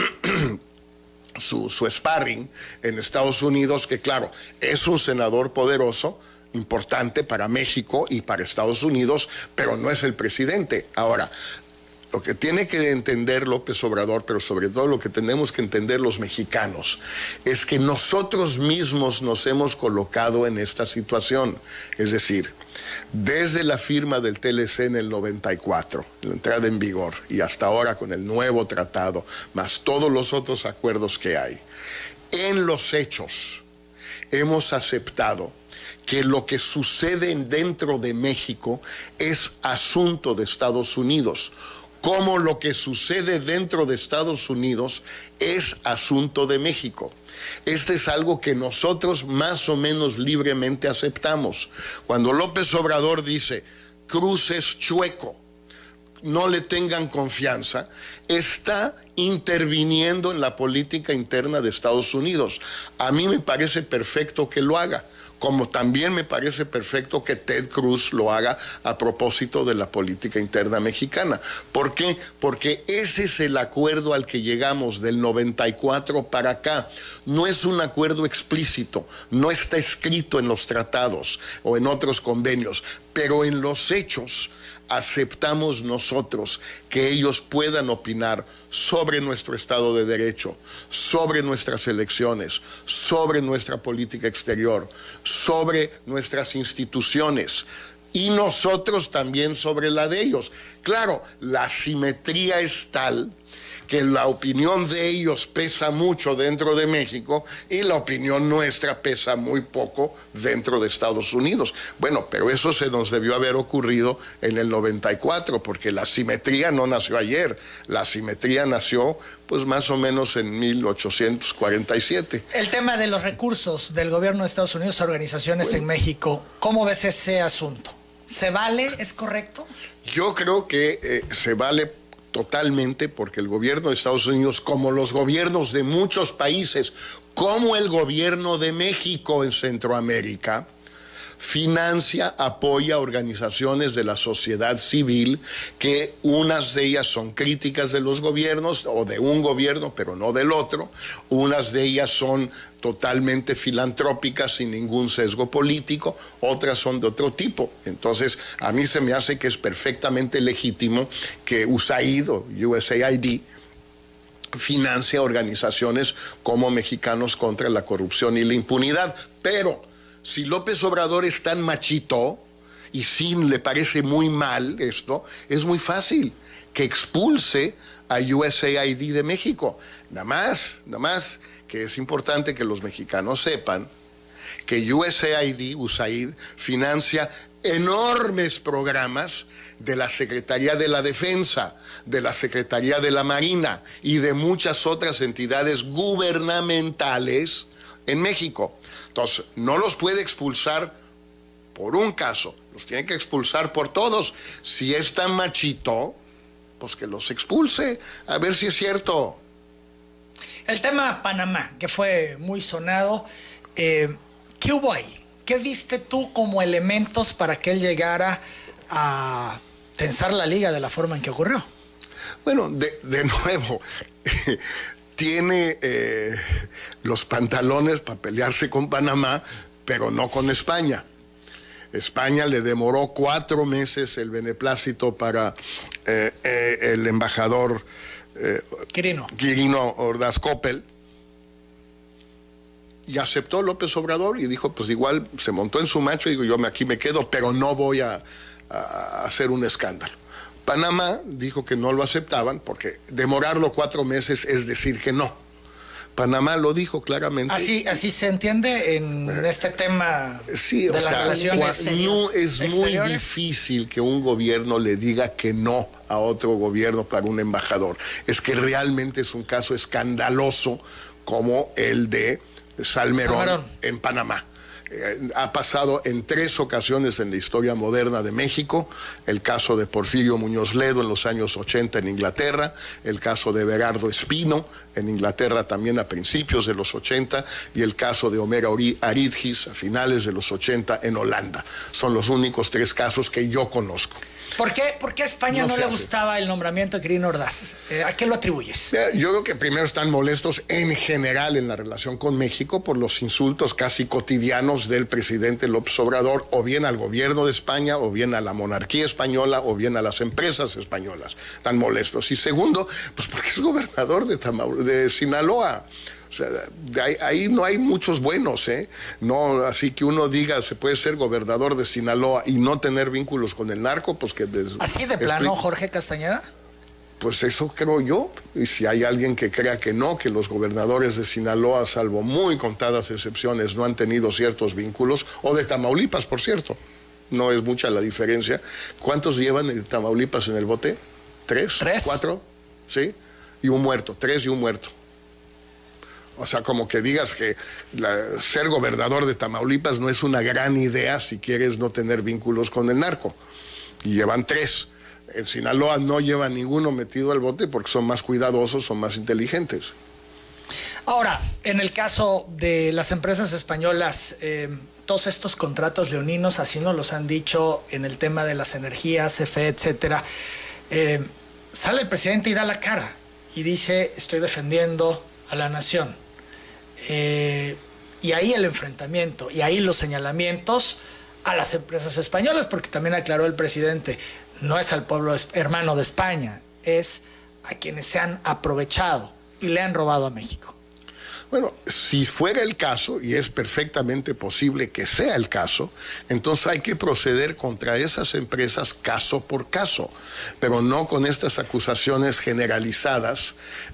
su sparring en Estados Unidos, que claro, es un senador poderoso, importante para México y para Estados Unidos, pero no es el presidente. Ahora, lo que tiene que entender López Obrador, pero sobre todo lo que tenemos que entender los mexicanos, es que nosotros mismos nos hemos colocado en esta situación. Es decir, desde la firma del TLC en el 94, la entrada en vigor, y hasta ahora con el nuevo tratado, más todos los otros acuerdos que hay, en los hechos hemos aceptado que lo que sucede dentro de México es asunto de Estados Unidos, como lo que sucede dentro de Estados Unidos es asunto de México. Este es algo que nosotros más o menos libremente aceptamos. Cuando López Obrador dice, Cruz es chueco, no le tengan confianza, está interviniendo en la política interna de Estados Unidos. A mí me parece perfecto que lo haga, como también me parece perfecto que Ted Cruz lo haga a propósito de la política interna mexicana. ¿Por qué? Porque ese es el acuerdo al que llegamos del 94 para acá. No es un acuerdo explícito, no está escrito en los tratados o en otros convenios, pero en los hechos aceptamos nosotros que ellos puedan opinar sobre nuestro Estado de Derecho, sobre nuestras elecciones, sobre nuestra política exterior, sobre nuestras instituciones y nosotros también sobre la de ellos. Claro, la simetría es tal que la opinión de ellos pesa mucho dentro de México y la opinión nuestra pesa muy poco dentro de Estados Unidos. Bueno, pero eso se nos debió haber ocurrido en el 94, porque la simetría no nació ayer, la simetría nació pues más o menos en 1847. El tema de los recursos del gobierno de Estados Unidos a organizaciones en México, ¿cómo ves ese asunto? ¿Se vale? ¿Es correcto? Yo creo que se vale totalmente, porque el gobierno de Estados Unidos, como los gobiernos de muchos países, como el gobierno de México en Centroamérica, financia, apoya organizaciones de la sociedad civil que unas de ellas son críticas de los gobiernos o de un gobierno, pero no del otro. Unas de ellas son totalmente filantrópicas sin ningún sesgo político, otras son de otro tipo. Entonces, a mí se me hace que es perfectamente legítimo que USAID o USAID financia organizaciones como Mexicanos contra la Corrupción y la Impunidad. Pero si López Obrador es tan machito y sí le parece muy mal esto, es muy fácil que expulse a USAID de México. Nada más que es importante que los mexicanos sepan que USAID financia enormes programas de la Secretaría de la Defensa, de la Secretaría de la Marina y de muchas otras entidades gubernamentales en México. Entonces, no los puede expulsar por un caso, los tiene que expulsar por todos. Si es tan machito, pues que los expulse, a ver si es cierto. El tema Panamá, que fue muy sonado, ¿qué hubo ahí? ¿Qué viste tú como elementos para que él llegara a tensar la liga de la forma en que ocurrió? Bueno, de nuevo, tiene los pantalones para pelearse con Panamá, pero no con España. España le demoró 4 meses el beneplácito para el embajador Quirino Ordaz Coppel, y aceptó López Obrador y dijo, pues igual se montó en su macho y digo, yo aquí me quedo, pero no voy a hacer un escándalo. Panamá dijo que no lo aceptaban porque demorarlo 4 meses es decir que no. Panamá lo dijo claramente. Así se entiende en este tema sí, de las relaciones no es muy difícil que un gobierno le diga que no a otro gobierno para un embajador. Es que realmente es un caso escandaloso como el de Salmerón en Panamá. Ha pasado en 3 ocasiones en la historia moderna de México: el caso de Porfirio Muñoz Ledo en los años 80 en Inglaterra, el caso de Berardo Espino en Inglaterra también a principios de los 80, y el caso de Homero Aridgis a finales de los 80 en Holanda. Son los únicos 3 casos que yo conozco. ¿Por qué a España no le gustaba el nombramiento de Quirino Ordaz? ¿A qué lo atribuyes? Yo creo que primero están molestos en general en la relación con México por los insultos casi cotidianos del presidente López Obrador, o bien al gobierno de España, o bien a la monarquía española, o bien a las empresas españolas. Están molestos. Y segundo, pues porque es gobernador de Sinaloa. O sea, ahí no hay muchos buenos, ¿eh? No, así que uno diga, se puede ser gobernador de Sinaloa y no tener vínculos con el narco, pues que... ¿Así de plano, Jorge Castañeda? Pues eso creo yo. Y si hay alguien que crea que no, que los gobernadores de Sinaloa, salvo muy contadas excepciones, no han tenido ciertos vínculos, o de Tamaulipas, por cierto, no es mucha la diferencia. ¿Cuántos llevan en Tamaulipas en el bote? ¿3? ¿4? ¿Sí? Y un muerto, 3 y un muerto. O sea, como que digas que ser gobernador de Tamaulipas no es una gran idea si quieres no tener vínculos con el narco. Y llevan 3. En Sinaloa no llevan ninguno metido al bote porque son más cuidadosos, son más inteligentes. Ahora, en el caso de las empresas españolas, todos estos contratos leoninos, así nos los han dicho en el tema de las energías, CFE, etcétera, sale el presidente y da la cara y dice, estoy defendiendo a la nación. Y ahí el enfrentamiento, y ahí los señalamientos a las empresas españolas, porque también aclaró el presidente, no es al pueblo hermano de España, es a quienes se han aprovechado y le han robado a México. Bueno, si fuera el caso, y es perfectamente posible que sea el caso, entonces hay que proceder contra esas empresas caso por caso, pero no con estas acusaciones generalizadas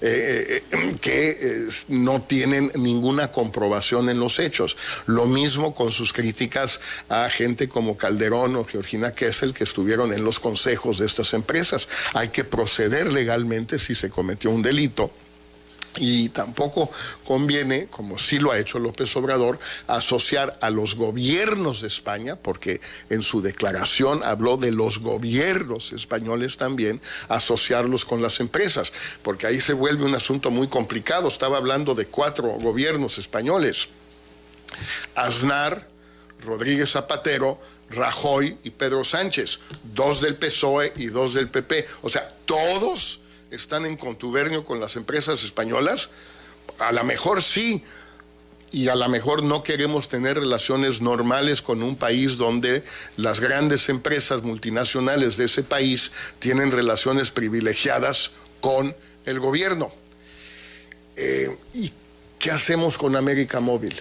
que no tienen ninguna comprobación en los hechos. Lo mismo con sus críticas a gente como Calderón o Georgina Kessel, que estuvieron en los consejos de estas empresas. Hay que proceder legalmente si se cometió un delito. Y tampoco conviene, como sí lo ha hecho López Obrador, asociar a los gobiernos de España, porque en su declaración habló de los gobiernos españoles también, asociarlos con las empresas, porque ahí se vuelve un asunto muy complicado. Estaba hablando de 4 gobiernos españoles: Aznar, Rodríguez Zapatero, Rajoy y Pedro Sánchez, 2 del PSOE y 2 del PP. O sea, todos están en contubernio con las empresas españolas. A lo mejor sí, y a lo mejor no queremos tener relaciones normales con un país donde las grandes empresas multinacionales de ese país tienen relaciones privilegiadas con el gobierno. ¿Y qué hacemos con América Móvil?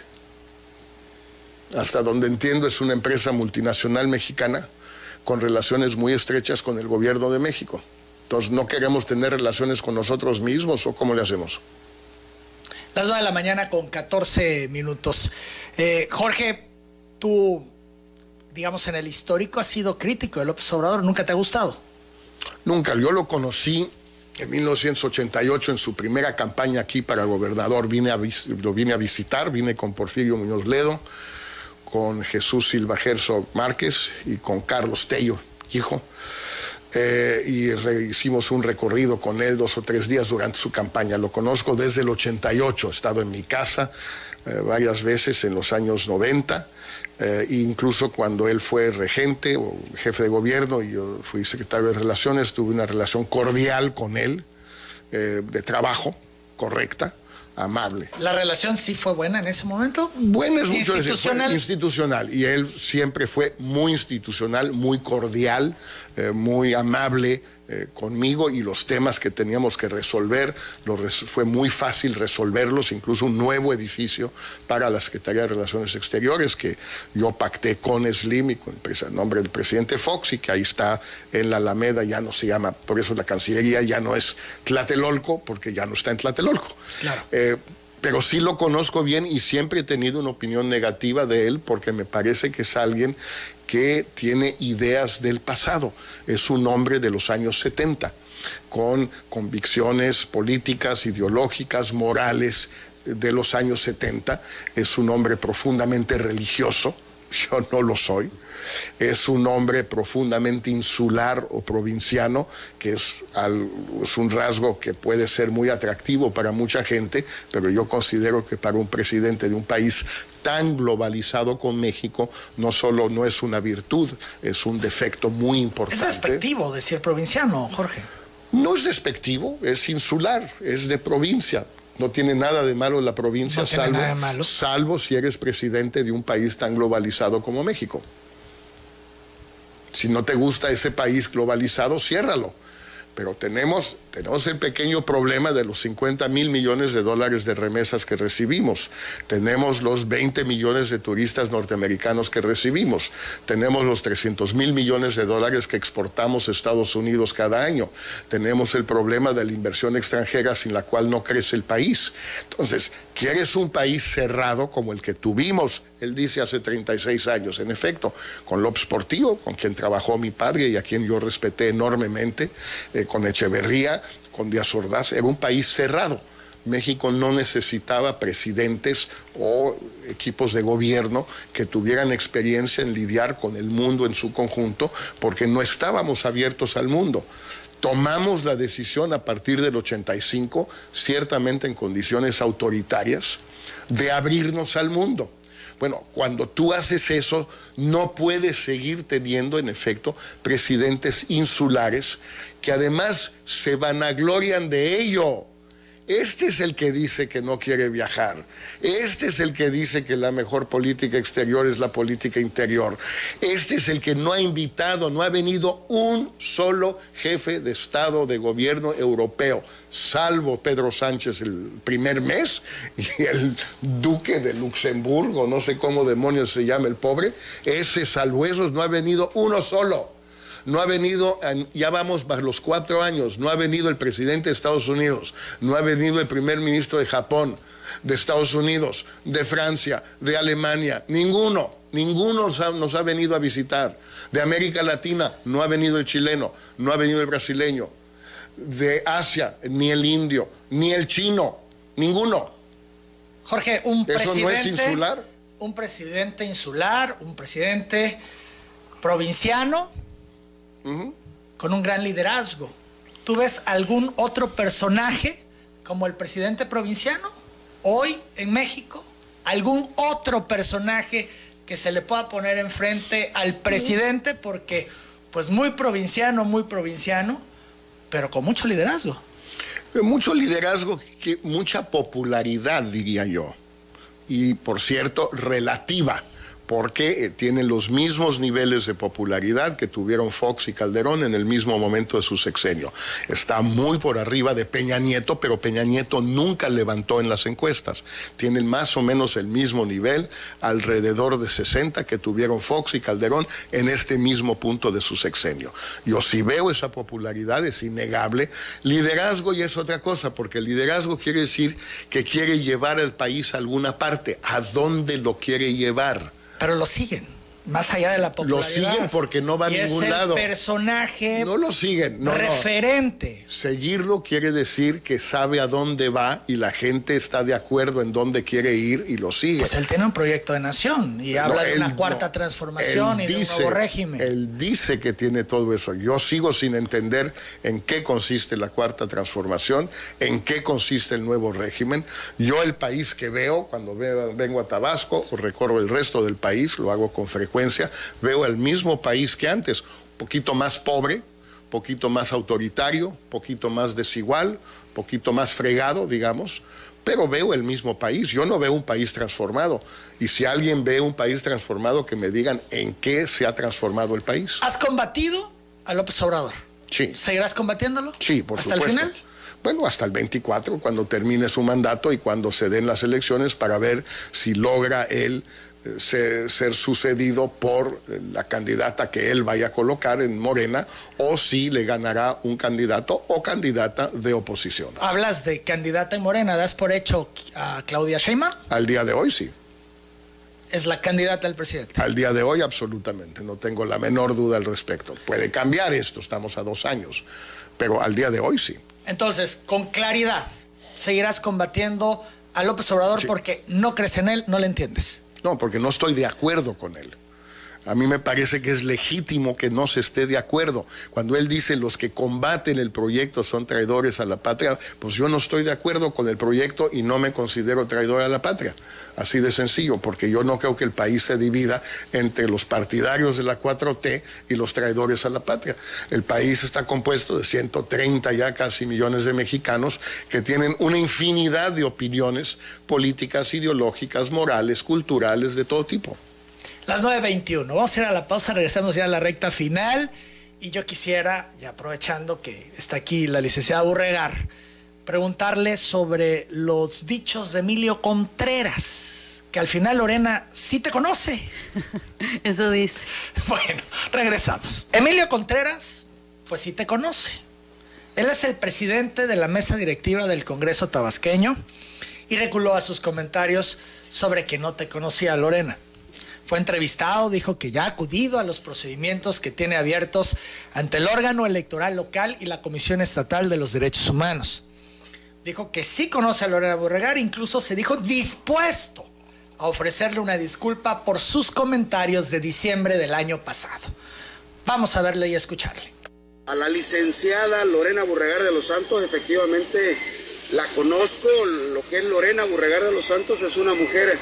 Hasta donde entiendo es una empresa multinacional mexicana con relaciones muy estrechas con el gobierno de México. Entonces, ¿no queremos tener relaciones con nosotros mismos o cómo le hacemos? Las 9 de la mañana con 14 minutos. Jorge, tú, digamos, en el histórico has sido crítico de López Obrador. ¿Nunca te ha gustado? Nunca. Yo lo conocí en 1988 en su primera campaña aquí para gobernador. Lo vine a visitar, vine con Porfirio Muñoz Ledo, con Jesús Silva Herzog Márquez y con Carlos Tello, hijo. Y hicimos un recorrido con él 2 o 3 días durante su campaña. Lo conozco desde el 88, he estado en mi casa varias veces en los años 90, incluso cuando él fue regente o jefe de gobierno y yo fui secretario de Relaciones, tuve una relación cordial con él, de trabajo, correcta, amable. ¿La relación sí fue buena en ese momento? Buena es mucho decir, fue institucional, y él siempre fue muy institucional, muy cordial, muy amable conmigo, y los temas que teníamos que resolver, fue muy fácil resolverlos, incluso un nuevo edificio para la Secretaría de Relaciones Exteriores que yo pacté con Slim y con el nombre del presidente Fox, y que ahí está en la Alameda, ya no se llama, por eso la Cancillería ya no es Tlatelolco, porque ya no está en Tlatelolco. Claro. Pero sí lo conozco bien y siempre he tenido una opinión negativa de él porque me parece que es alguien que tiene ideas del pasado. Es un hombre de los años 70, con convicciones políticas, ideológicas, morales de los años 70. Es un hombre profundamente religioso. Yo no lo soy. Es un hombre profundamente insular o provinciano, que es un rasgo que puede ser muy atractivo para mucha gente, pero yo considero que para un presidente de un país tan globalizado como México, no solo no es una virtud, es un defecto muy importante. ¿Es despectivo decir provinciano, Jorge? No es despectivo, es insular, es de provincia. No tiene nada de malo la provincia, salvo si eres presidente de un país tan globalizado como México. Si no te gusta ese país globalizado, ciérralo. Pero tenemos el pequeño problema de los 50,000 millones de dólares de remesas que recibimos. Tenemos los 20 millones de turistas norteamericanos que recibimos. Tenemos los 300,000 millones de dólares que exportamos a Estados Unidos cada año. Tenemos el problema de la inversión extranjera sin la cual no crece el país. Entonces, ¿quieres un país cerrado como el que tuvimos? Él dice hace 36 años, en efecto, con López Portillo, con quien trabajó mi padre y a quien yo respeté enormemente, con Echeverría, con Díaz Ordaz. Era un país cerrado. México no necesitaba presidentes o equipos de gobierno que tuvieran experiencia en lidiar con el mundo en su conjunto, porque no estábamos abiertos al mundo. Tomamos la decisión a partir del 85, ciertamente en condiciones autoritarias, de abrirnos al mundo. Bueno, cuando tú haces eso, no puedes seguir teniendo, en efecto, presidentes insulares que además se vanaglorian de ello. Este es el que dice que no quiere viajar. Este es el que dice que la mejor política exterior es la política interior. Este es el que no ha invitado, no ha venido un solo jefe de Estado, de gobierno europeo, salvo Pedro Sánchez el primer mes y el duque de Luxemburgo, no sé cómo demonios se llama el pobre. Ese salvo esos no ha venido uno solo. No ha venido, ya vamos para los 4 años, no ha venido el presidente de Estados Unidos, no ha venido el primer ministro de Japón, de Estados Unidos, de Francia, de Alemania, ninguno nos ha venido a visitar. De América Latina no ha venido el chileno, no ha venido el brasileño. De Asia, ni el indio, ni el chino, ninguno. Jorge, ¿Eso no es insular? Un presidente insular, un presidente provinciano, con un gran liderazgo. ¿Tú ves algún otro personaje como el presidente provinciano hoy en México? ¿Algún otro personaje que se le pueda poner enfrente al presidente, porque pues muy provinciano, pero con mucho liderazgo. Mucho liderazgo, mucha popularidad, diría yo. Y, por cierto, relativa, porque tienen los mismos niveles de popularidad que tuvieron Fox y Calderón en el mismo momento de su sexenio. Está muy por arriba de Peña Nieto, pero Peña Nieto nunca levantó en las encuestas. Tienen más o menos el mismo nivel, alrededor de 60 que tuvieron Fox y Calderón en este mismo punto de su sexenio. Yo sí veo esa popularidad, es innegable. Liderazgo ya es otra cosa, porque el liderazgo quiere decir que quiere llevar al país a alguna parte. ¿A dónde lo quiere llevar? Pero lo siguen, más allá de la popularidad. Lo siguen porque no va a ningún lado. Es el personaje no lo siguen, referente. Seguirlo quiere decir que sabe a dónde va y la gente está de acuerdo en dónde quiere ir y lo sigue. Pues él tiene un proyecto de nación y habla de una cuarta transformación y de un nuevo régimen. Él dice que tiene todo eso. Yo sigo sin entender en qué consiste la cuarta transformación, en qué consiste el nuevo régimen. Yo el país que veo, cuando vengo a Tabasco o recorro el resto del país, lo hago con frecuencia, veo el mismo país que antes, un poquito más pobre, poquito más autoritario, poquito más desigual, poquito más fregado, digamos, pero veo el mismo país. Yo no veo un país transformado. Y si alguien ve un país transformado, que me digan en qué se ha transformado el país. ¿Has combatido a López Obrador? Sí. ¿Seguirás combatiéndolo? Sí, por supuesto. ¿Hasta el final? Bueno, hasta el 24, cuando termine su mandato y cuando se den las elecciones, para ver si logra él ser sucedido por la candidata que él vaya a colocar en Morena, o si le ganará un candidato o candidata de oposición. Hablas de candidata en Morena, ¿das por hecho a Claudia Sheinbaum? Al día de hoy sí. Es la candidata del presidente. Al día de hoy absolutamente, no tengo la menor duda al respecto. Puede cambiar esto, estamos a 2 años, pero al día de hoy sí. Entonces, con claridad, seguirás combatiendo a López Obrador, sí, porque no crees en él, no le entiendes. No, porque no estoy de acuerdo con él. A mí me parece que es legítimo que no se esté de acuerdo. Cuando él dice los que combaten el proyecto son traidores a la patria, pues yo no estoy de acuerdo con el proyecto y no me considero traidor a la patria. Así de sencillo, porque yo no creo que el país se divida entre los partidarios de la 4T y los traidores a la patria. El país está compuesto de 130 ya casi millones de mexicanos que tienen una infinidad de opiniones políticas, ideológicas, morales, culturales, de todo tipo. Las 9:21. Vamos a ir a la pausa, regresamos ya a la recta final. Y yo quisiera, ya aprovechando que está aquí la licenciada Burregar, preguntarle sobre los dichos de Emilio Contreras, que al final Lorena sí te conoce. Eso dice. Bueno, regresamos. Emilio Contreras, pues sí te conoce. Él es el presidente de la mesa directiva del Congreso tabasqueño y reculó a sus comentarios sobre que no te conocía Lorena. Fue entrevistado, dijo que ya ha acudido a los procedimientos que tiene abiertos ante el órgano electoral local y la Comisión Estatal de los Derechos Humanos. Dijo que sí conoce a Lorena Burregar, incluso se dijo dispuesto a ofrecerle una disculpa por sus comentarios de diciembre del año pasado. Vamos a verle y a escucharle. A la licenciada Lorena Burregar de los Santos, efectivamente la conozco. Lo que es Lorena Burregar de los Santos es una mujer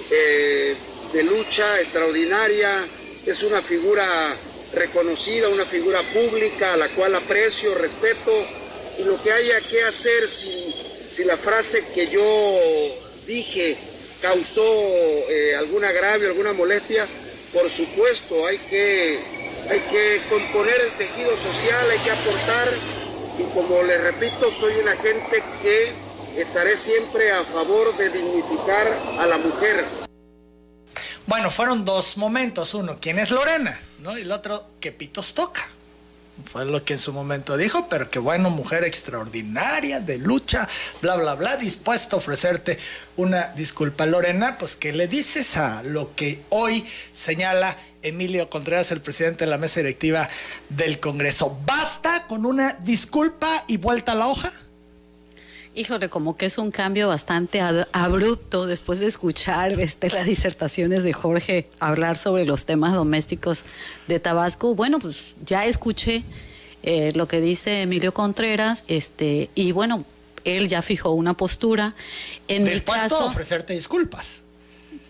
de lucha extraordinaria, es una figura reconocida, una figura pública a la cual aprecio, respeto, y lo que haya que hacer, si la frase que yo dije causó algún agravio, alguna molestia, por supuesto hay que componer el tejido social, hay que aportar, y como les repito, soy una gente que estaré siempre a favor de dignificar a la mujer. Bueno, fueron 2 momentos. Uno, ¿quién es Lorena? ¿No? Y el otro, ¿qué pitos toca? Fue lo que en su momento dijo, pero que bueno, mujer extraordinaria, de lucha, bla, bla, bla, dispuesta a ofrecerte una disculpa. Lorena, pues, ¿qué le dices a lo que hoy señala Emilio Contreras, el presidente de la mesa directiva del Congreso? ¿Basta con una disculpa y vuelta a la hoja? Híjole, como que es un cambio bastante abrupto después de escuchar las disertaciones de Jorge hablar sobre los temas domésticos de Tabasco. Bueno, pues ya escuché lo que dice Emilio Contreras, y bueno, él ya fijó una postura. En mi caso, a ofrecerte disculpas.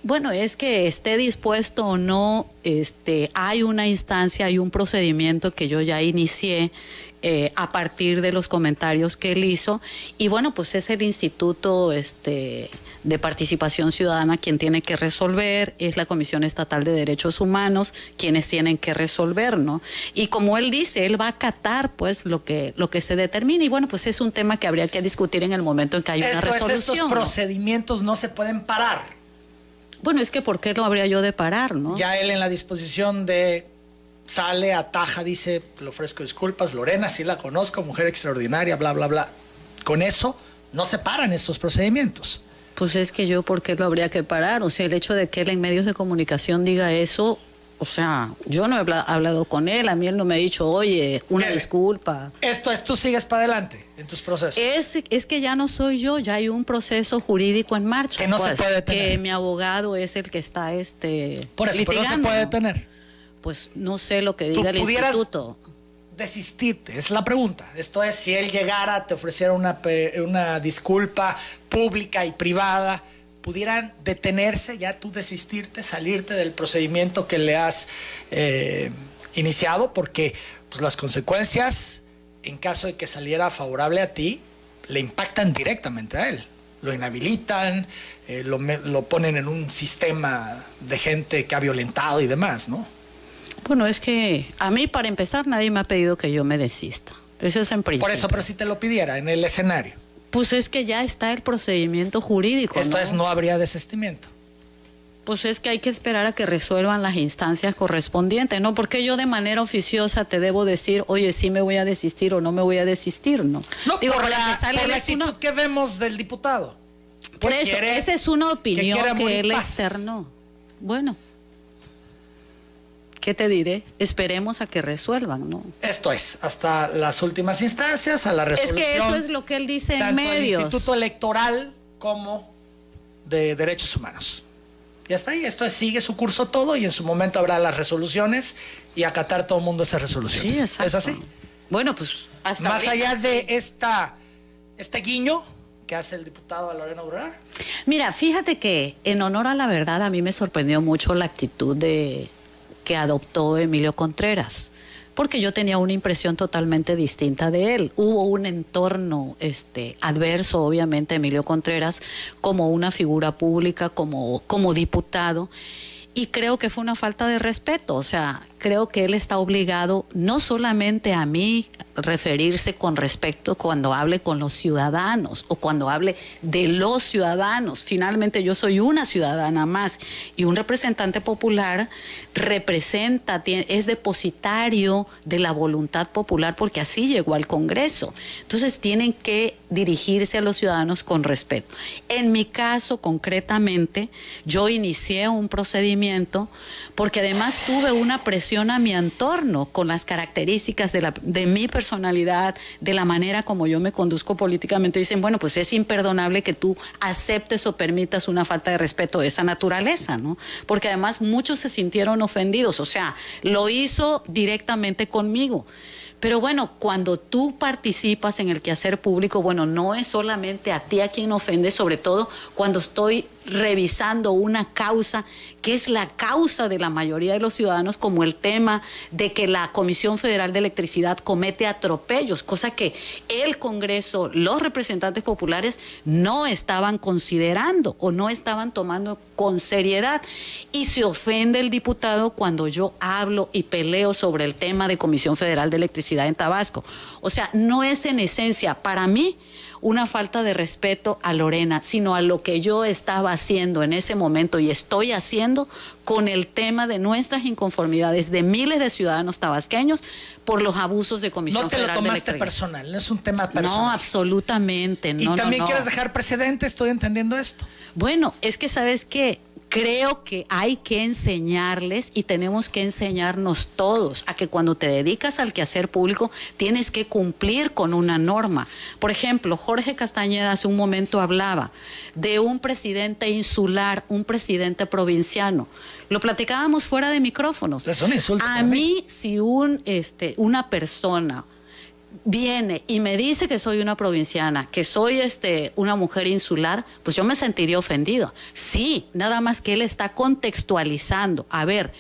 Bueno, es que esté dispuesto o no, hay una instancia, hay un procedimiento que yo ya inicié a partir de los comentarios que él hizo, y bueno, pues es el Instituto de Participación Ciudadana quien tiene que resolver, es la Comisión Estatal de Derechos Humanos quienes tienen que resolver, ¿no? Y como él dice, él va a acatar pues lo que se determine, y bueno, pues es un tema que habría que discutir en el momento en que hay una resolución. Estos procedimientos no se pueden parar. Bueno, es que ¿por qué lo habría yo de parar, no? Ya él en la disposición de sale, ataja, dice, le ofrezco disculpas, Lorena, sí la conozco, mujer extraordinaria, bla, bla, bla. Con eso no se paran estos procedimientos. Pues es que yo, ¿por qué lo habría que parar? O sea, el hecho de que él en medios de comunicación diga eso, o sea, yo no he hablado con él, a mí él no me ha dicho, oye, una disculpa. Esto es, tú sigues para adelante en tus procesos. Es que ya no soy yo, ya hay un proceso jurídico en marcha. Que no se puede detener. Que mi abogado es el que está por eso, litigando. Pero no se puede detener. Pues no sé lo que diga el instituto. Desistirte, es la pregunta. Esto es, si él llegara, te ofreciera una disculpa pública y privada, pudieran detenerse, ya tú desistirte, salirte del procedimiento que le has iniciado, porque pues, las consecuencias, en caso de que saliera favorable a ti, le impactan directamente a él. Lo inhabilitan, lo ponen en un sistema de gente que ha violentado y demás, ¿no? Bueno, es que a mí, para empezar, nadie me ha pedido que yo me desista. Eso es en principio. Por eso, pero si te lo pidiera en el escenario. Pues es que ya está el procedimiento jurídico. Esto es, no habría desistimiento. Pues es que hay que esperar a que resuelvan las instancias correspondientes, ¿no? Porque yo de manera oficiosa te debo decir, oye, sí me voy a desistir o no me voy a desistir, ¿no? No, digo, por la actitud que vemos del diputado. Por eso, esa es una opinión que él externó. Bueno, ¿qué te diré? Esperemos a que resuelvan, ¿no? Esto es, hasta las últimas instancias, a la resolución. Es que eso es lo que él dice en medios. Tanto del Instituto Electoral como de Derechos Humanos. Ya está ahí, esto es, sigue su curso todo y en su momento habrá las resoluciones y acatar todo el mundo esas resoluciones. Sí, exacto. ¿Es así? Bueno, pues hasta más allá de este guiño que hace el diputado a Lorena Burregar. Mira, fíjate que en honor a la verdad a mí me sorprendió mucho la actitud que adoptó Emilio Contreras, porque yo tenía una impresión totalmente distinta de él. Hubo un entorno adverso, obviamente, a Emilio Contreras como una figura pública, como diputado, y creo que fue una falta de respeto. O sea, creo que él está obligado no solamente a mí referirse con respecto cuando hable con los ciudadanos o cuando hable de los ciudadanos. Finalmente yo soy una ciudadana más y un representante popular representa, es depositario de la voluntad popular porque así llegó al Congreso. Entonces tienen que dirigirse a los ciudadanos con respeto. En mi caso, concretamente, yo inicié un procedimiento porque además tuve una presión a mi entorno con las características de mi personalidad, de la manera como yo me conduzco políticamente. Dicen, bueno, pues es imperdonable que tú aceptes o permitas una falta de respeto de esa naturaleza, ¿no? Porque además muchos se sintieron ofendidos, o sea, lo hizo directamente conmigo. Pero bueno, cuando tú participas en el quehacer público, bueno, no es solamente a ti a quien ofende, sobre todo cuando estoy revisando una causa que es la causa de la mayoría de los ciudadanos, como el tema de que la Comisión Federal de Electricidad comete atropellos, cosa que el Congreso, los representantes populares no estaban considerando o no estaban tomando con seriedad. Y se ofende el diputado cuando yo hablo y peleo sobre el tema de Comisión Federal de Electricidad en Tabasco. O sea, no es en esencia para mí una falta de respeto a Lorena, sino a lo que yo estaba haciendo en ese momento y estoy haciendo con el tema de nuestras inconformidades de miles de ciudadanos tabasqueños por los abusos de Comisión Federal de Electricidad. No te lo tomaste personal, no es un tema personal. No, absolutamente. No, y también quieres dejar precedente, estoy entendiendo esto. Bueno, es que ¿sabes qué? Creo que hay que enseñarles y tenemos que enseñarnos todos a que cuando te dedicas al quehacer público tienes que cumplir con una norma. Por ejemplo, Jorge Castañeda hace un momento hablaba de un presidente insular, un presidente provinciano. Lo platicábamos fuera de micrófonos. Es un insulto. A mí, si una persona viene y me dice que soy una provinciana, que soy una mujer insular, pues yo me sentiría ofendido. Sí, nada más que él está contextualizando. A ver,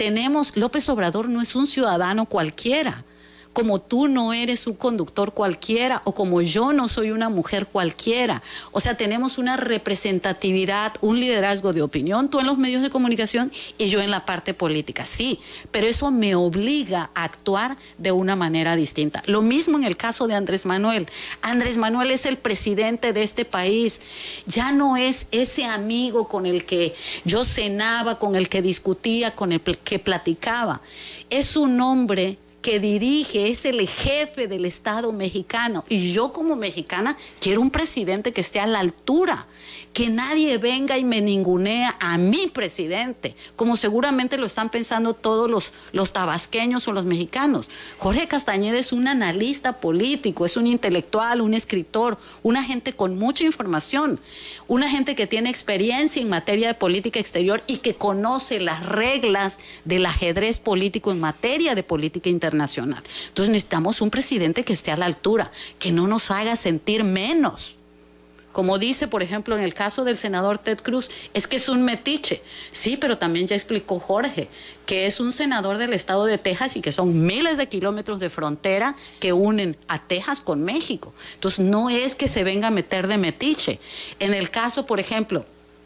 López Obrador no es un ciudadano cualquiera, como tú no eres un conductor cualquiera o como yo no soy una mujer cualquiera. O sea, tenemos una representatividad, un liderazgo de opinión, tú en los medios de comunicación y yo en la parte política. Sí, pero eso me obliga a actuar de una manera distinta. Lo mismo en el caso de Andrés Manuel. Andrés Manuel es el presidente de este país. Ya no es ese amigo con el que yo cenaba, con el que discutía, con el que platicaba. Es un hombre que dirige, es el jefe del Estado mexicano. Y yo como mexicana quiero un presidente que esté a la altura, que nadie venga y me ningunea a mi presidente, como seguramente lo están pensando todos los tabasqueños o los mexicanos. Jorge Castañeda es un analista político, es un intelectual, un escritor, una gente con mucha información, una gente que tiene experiencia en materia de política exterior y que conoce las reglas del ajedrez político en materia de política internacional. Entonces necesitamos un presidente que esté a la altura, que no nos haga sentir menos. Como dice, por ejemplo, en el caso del senador Ted Cruz, es que es un metiche. Sí, pero también ya explicó Jorge que es un senador del estado de Texas y que son miles de kilómetros de frontera que unen a Texas con México. Entonces no es que se venga a meter de metiche. En el caso, por ejemplo,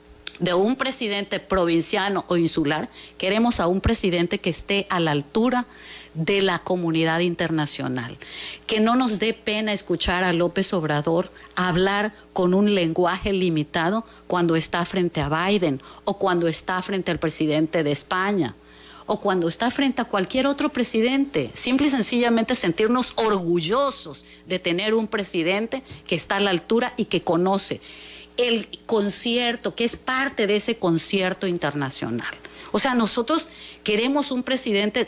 de un presidente provinciano o insular, queremos a un presidente que esté a la altura de la comunidad internacional, que no nos dé pena escuchar a López Obrador hablar con un lenguaje limitado cuando está frente a Biden o cuando está frente al presidente de España o cuando está frente a cualquier otro presidente. Simple y sencillamente sentirnos orgullosos de tener un presidente que está a la altura y que conoce el concierto, que es parte de ese concierto internacional. O sea, nosotros queríamos un presidente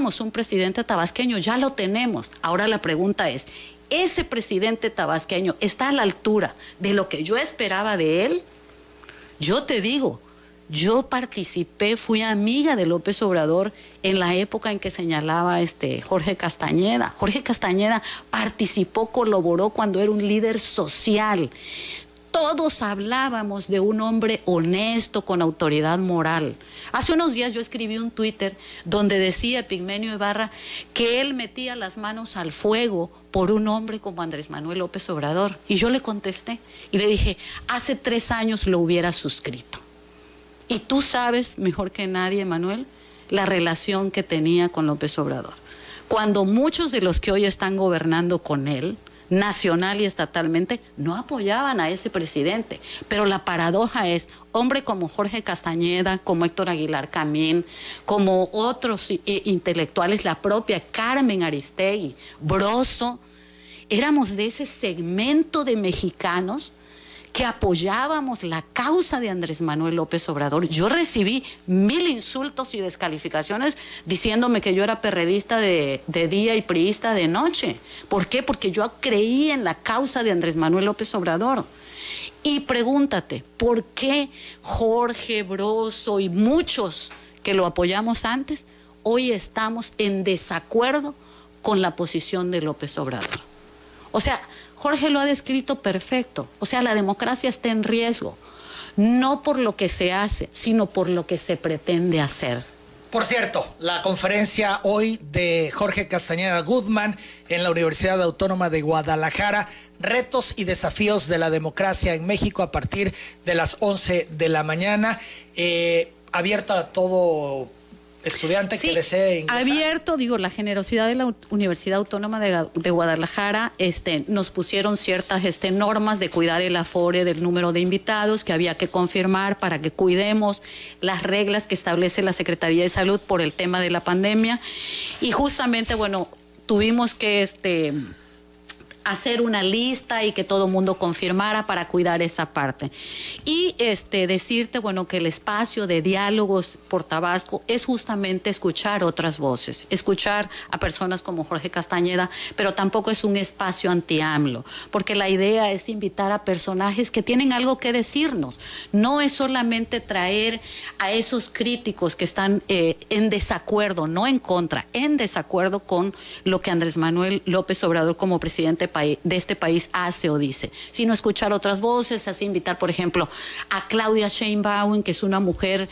tabasqueño, ya lo tenemos. Ahora la pregunta es, ¿ese presidente tabasqueño está a la altura de lo que yo esperaba de él? Yo te digo, yo participé, fui amiga de López Obrador en la época en que señalaba Jorge Castañeda. Jorge Castañeda participó, colaboró cuando era un líder social. Todos hablábamos de un hombre honesto, con autoridad moral. Hace unos días yo escribí un Twitter donde decía Epigmenio Ibarra que él metía las manos al fuego por un hombre como Andrés Manuel López Obrador. Y yo le contesté y le dije, hace 3 años lo hubiera suscrito. Y tú sabes mejor que nadie, Manuel, la relación que tenía con López Obrador. Cuando muchos de los que hoy están gobernando con él, nacional y estatalmente, no apoyaban a ese presidente. Pero la paradoja es, hombre como Jorge Castañeda, como Héctor Aguilar Camín, como otros intelectuales, la propia Carmen Aristegui, Broso, éramos de ese segmento de mexicanos que apoyábamos la causa de Andrés Manuel López Obrador. Yo recibí 1000 insultos y descalificaciones diciéndome que yo era perredista de día y priista de noche. ¿Por qué? Porque yo creí en la causa de Andrés Manuel López Obrador. Y pregúntate, ¿por qué Jorge, Broso y muchos que lo apoyamos antes, hoy estamos en desacuerdo con la posición de López Obrador? O sea, Jorge lo ha descrito perfecto. O sea, la democracia está en riesgo, no por lo que se hace, sino por lo que se pretende hacer. Por cierto, la conferencia hoy de Jorge Castañeda Guzmán en la Universidad Autónoma de Guadalajara, retos y desafíos de la democracia en México, a partir de las 11 de la mañana, abierto a todo estudiante que desee ingresar. Abierto, digo, la generosidad de la Universidad Autónoma de Guadalajara, nos pusieron ciertas normas de cuidar el aforo del número de invitados que había que confirmar para que cuidemos las reglas que establece la Secretaría de Salud por el tema de la pandemia. Y justamente, bueno, tuvimos que hacer una lista y que todo el mundo confirmara para cuidar esa parte. Y decirte, bueno, que el espacio de diálogos por Tabasco es justamente escuchar otras voces, escuchar a personas como Jorge Castañeda, pero tampoco es un espacio anti-AMLO, porque la idea es invitar a personajes que tienen algo que decirnos. No es solamente traer a esos críticos que están en desacuerdo, no en contra, en desacuerdo con lo que Andrés Manuel López Obrador como presidente de este país hace o dice, sino escuchar otras voces, así invitar, por ejemplo, a Claudia Sheinbaum, que es una mujer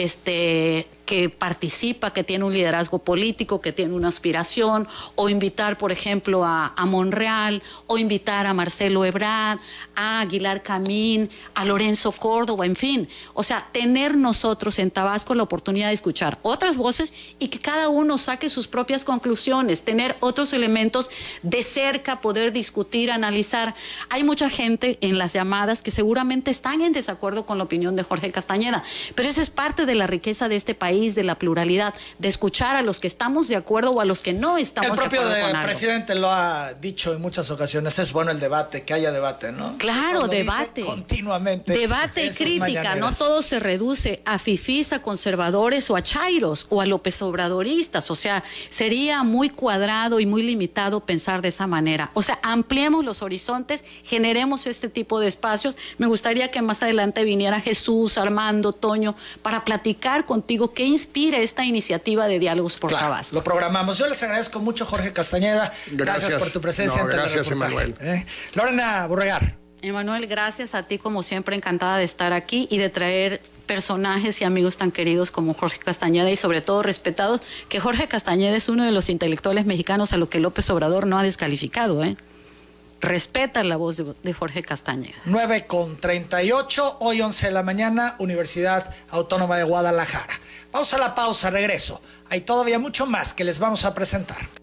que participa, que tiene un liderazgo político, que tiene una aspiración, o invitar, por ejemplo, a Monreal, o invitar a Marcelo Ebrard, a Aguilar Camín, a Lorenzo Córdoba, en fin. O sea, tener nosotros en Tabasco la oportunidad de escuchar otras voces y que cada uno saque sus propias conclusiones, tener otros elementos de cerca, poder discutir, analizar. Hay mucha gente en las llamadas que seguramente están en desacuerdo con la opinión de Jorge Castañeda, pero eso es parte de la riqueza de este país, de la pluralidad, de escuchar a los que estamos de acuerdo o a los que no estamos de acuerdo con algo. El propio presidente lo ha dicho en muchas ocasiones, es bueno el debate, que haya debate, ¿no? Claro, debate. Continuamente. Debate y crítica, no todo se reduce a fifís, a conservadores o a chairos o a López Obradoristas, o sea, sería muy cuadrado y muy limitado pensar de esa manera. O sea, ampliemos los horizontes, generemos este tipo de espacios. Me gustaría que más adelante viniera Jesús, Armando, Toño, para platicar contigo qué inspira esta iniciativa de Diálogos por Tabasco. Lo programamos. Yo les agradezco mucho, Jorge Castañeda. Gracias por tu presencia. Gracias, Emanuel. Lorena Burregar. Emanuel, gracias a ti, como siempre, encantada de estar aquí y de traer personajes y amigos tan queridos como Jorge Castañeda y sobre todo respetados, que Jorge Castañeda es uno de los intelectuales mexicanos a lo que López Obrador no ha descalificado, Respeta la voz de Jorge Castañeda. 9:38, hoy 11 de la mañana, Universidad Autónoma de Guadalajara. Vamos a la pausa, regreso. Hay todavía mucho más que les vamos a presentar.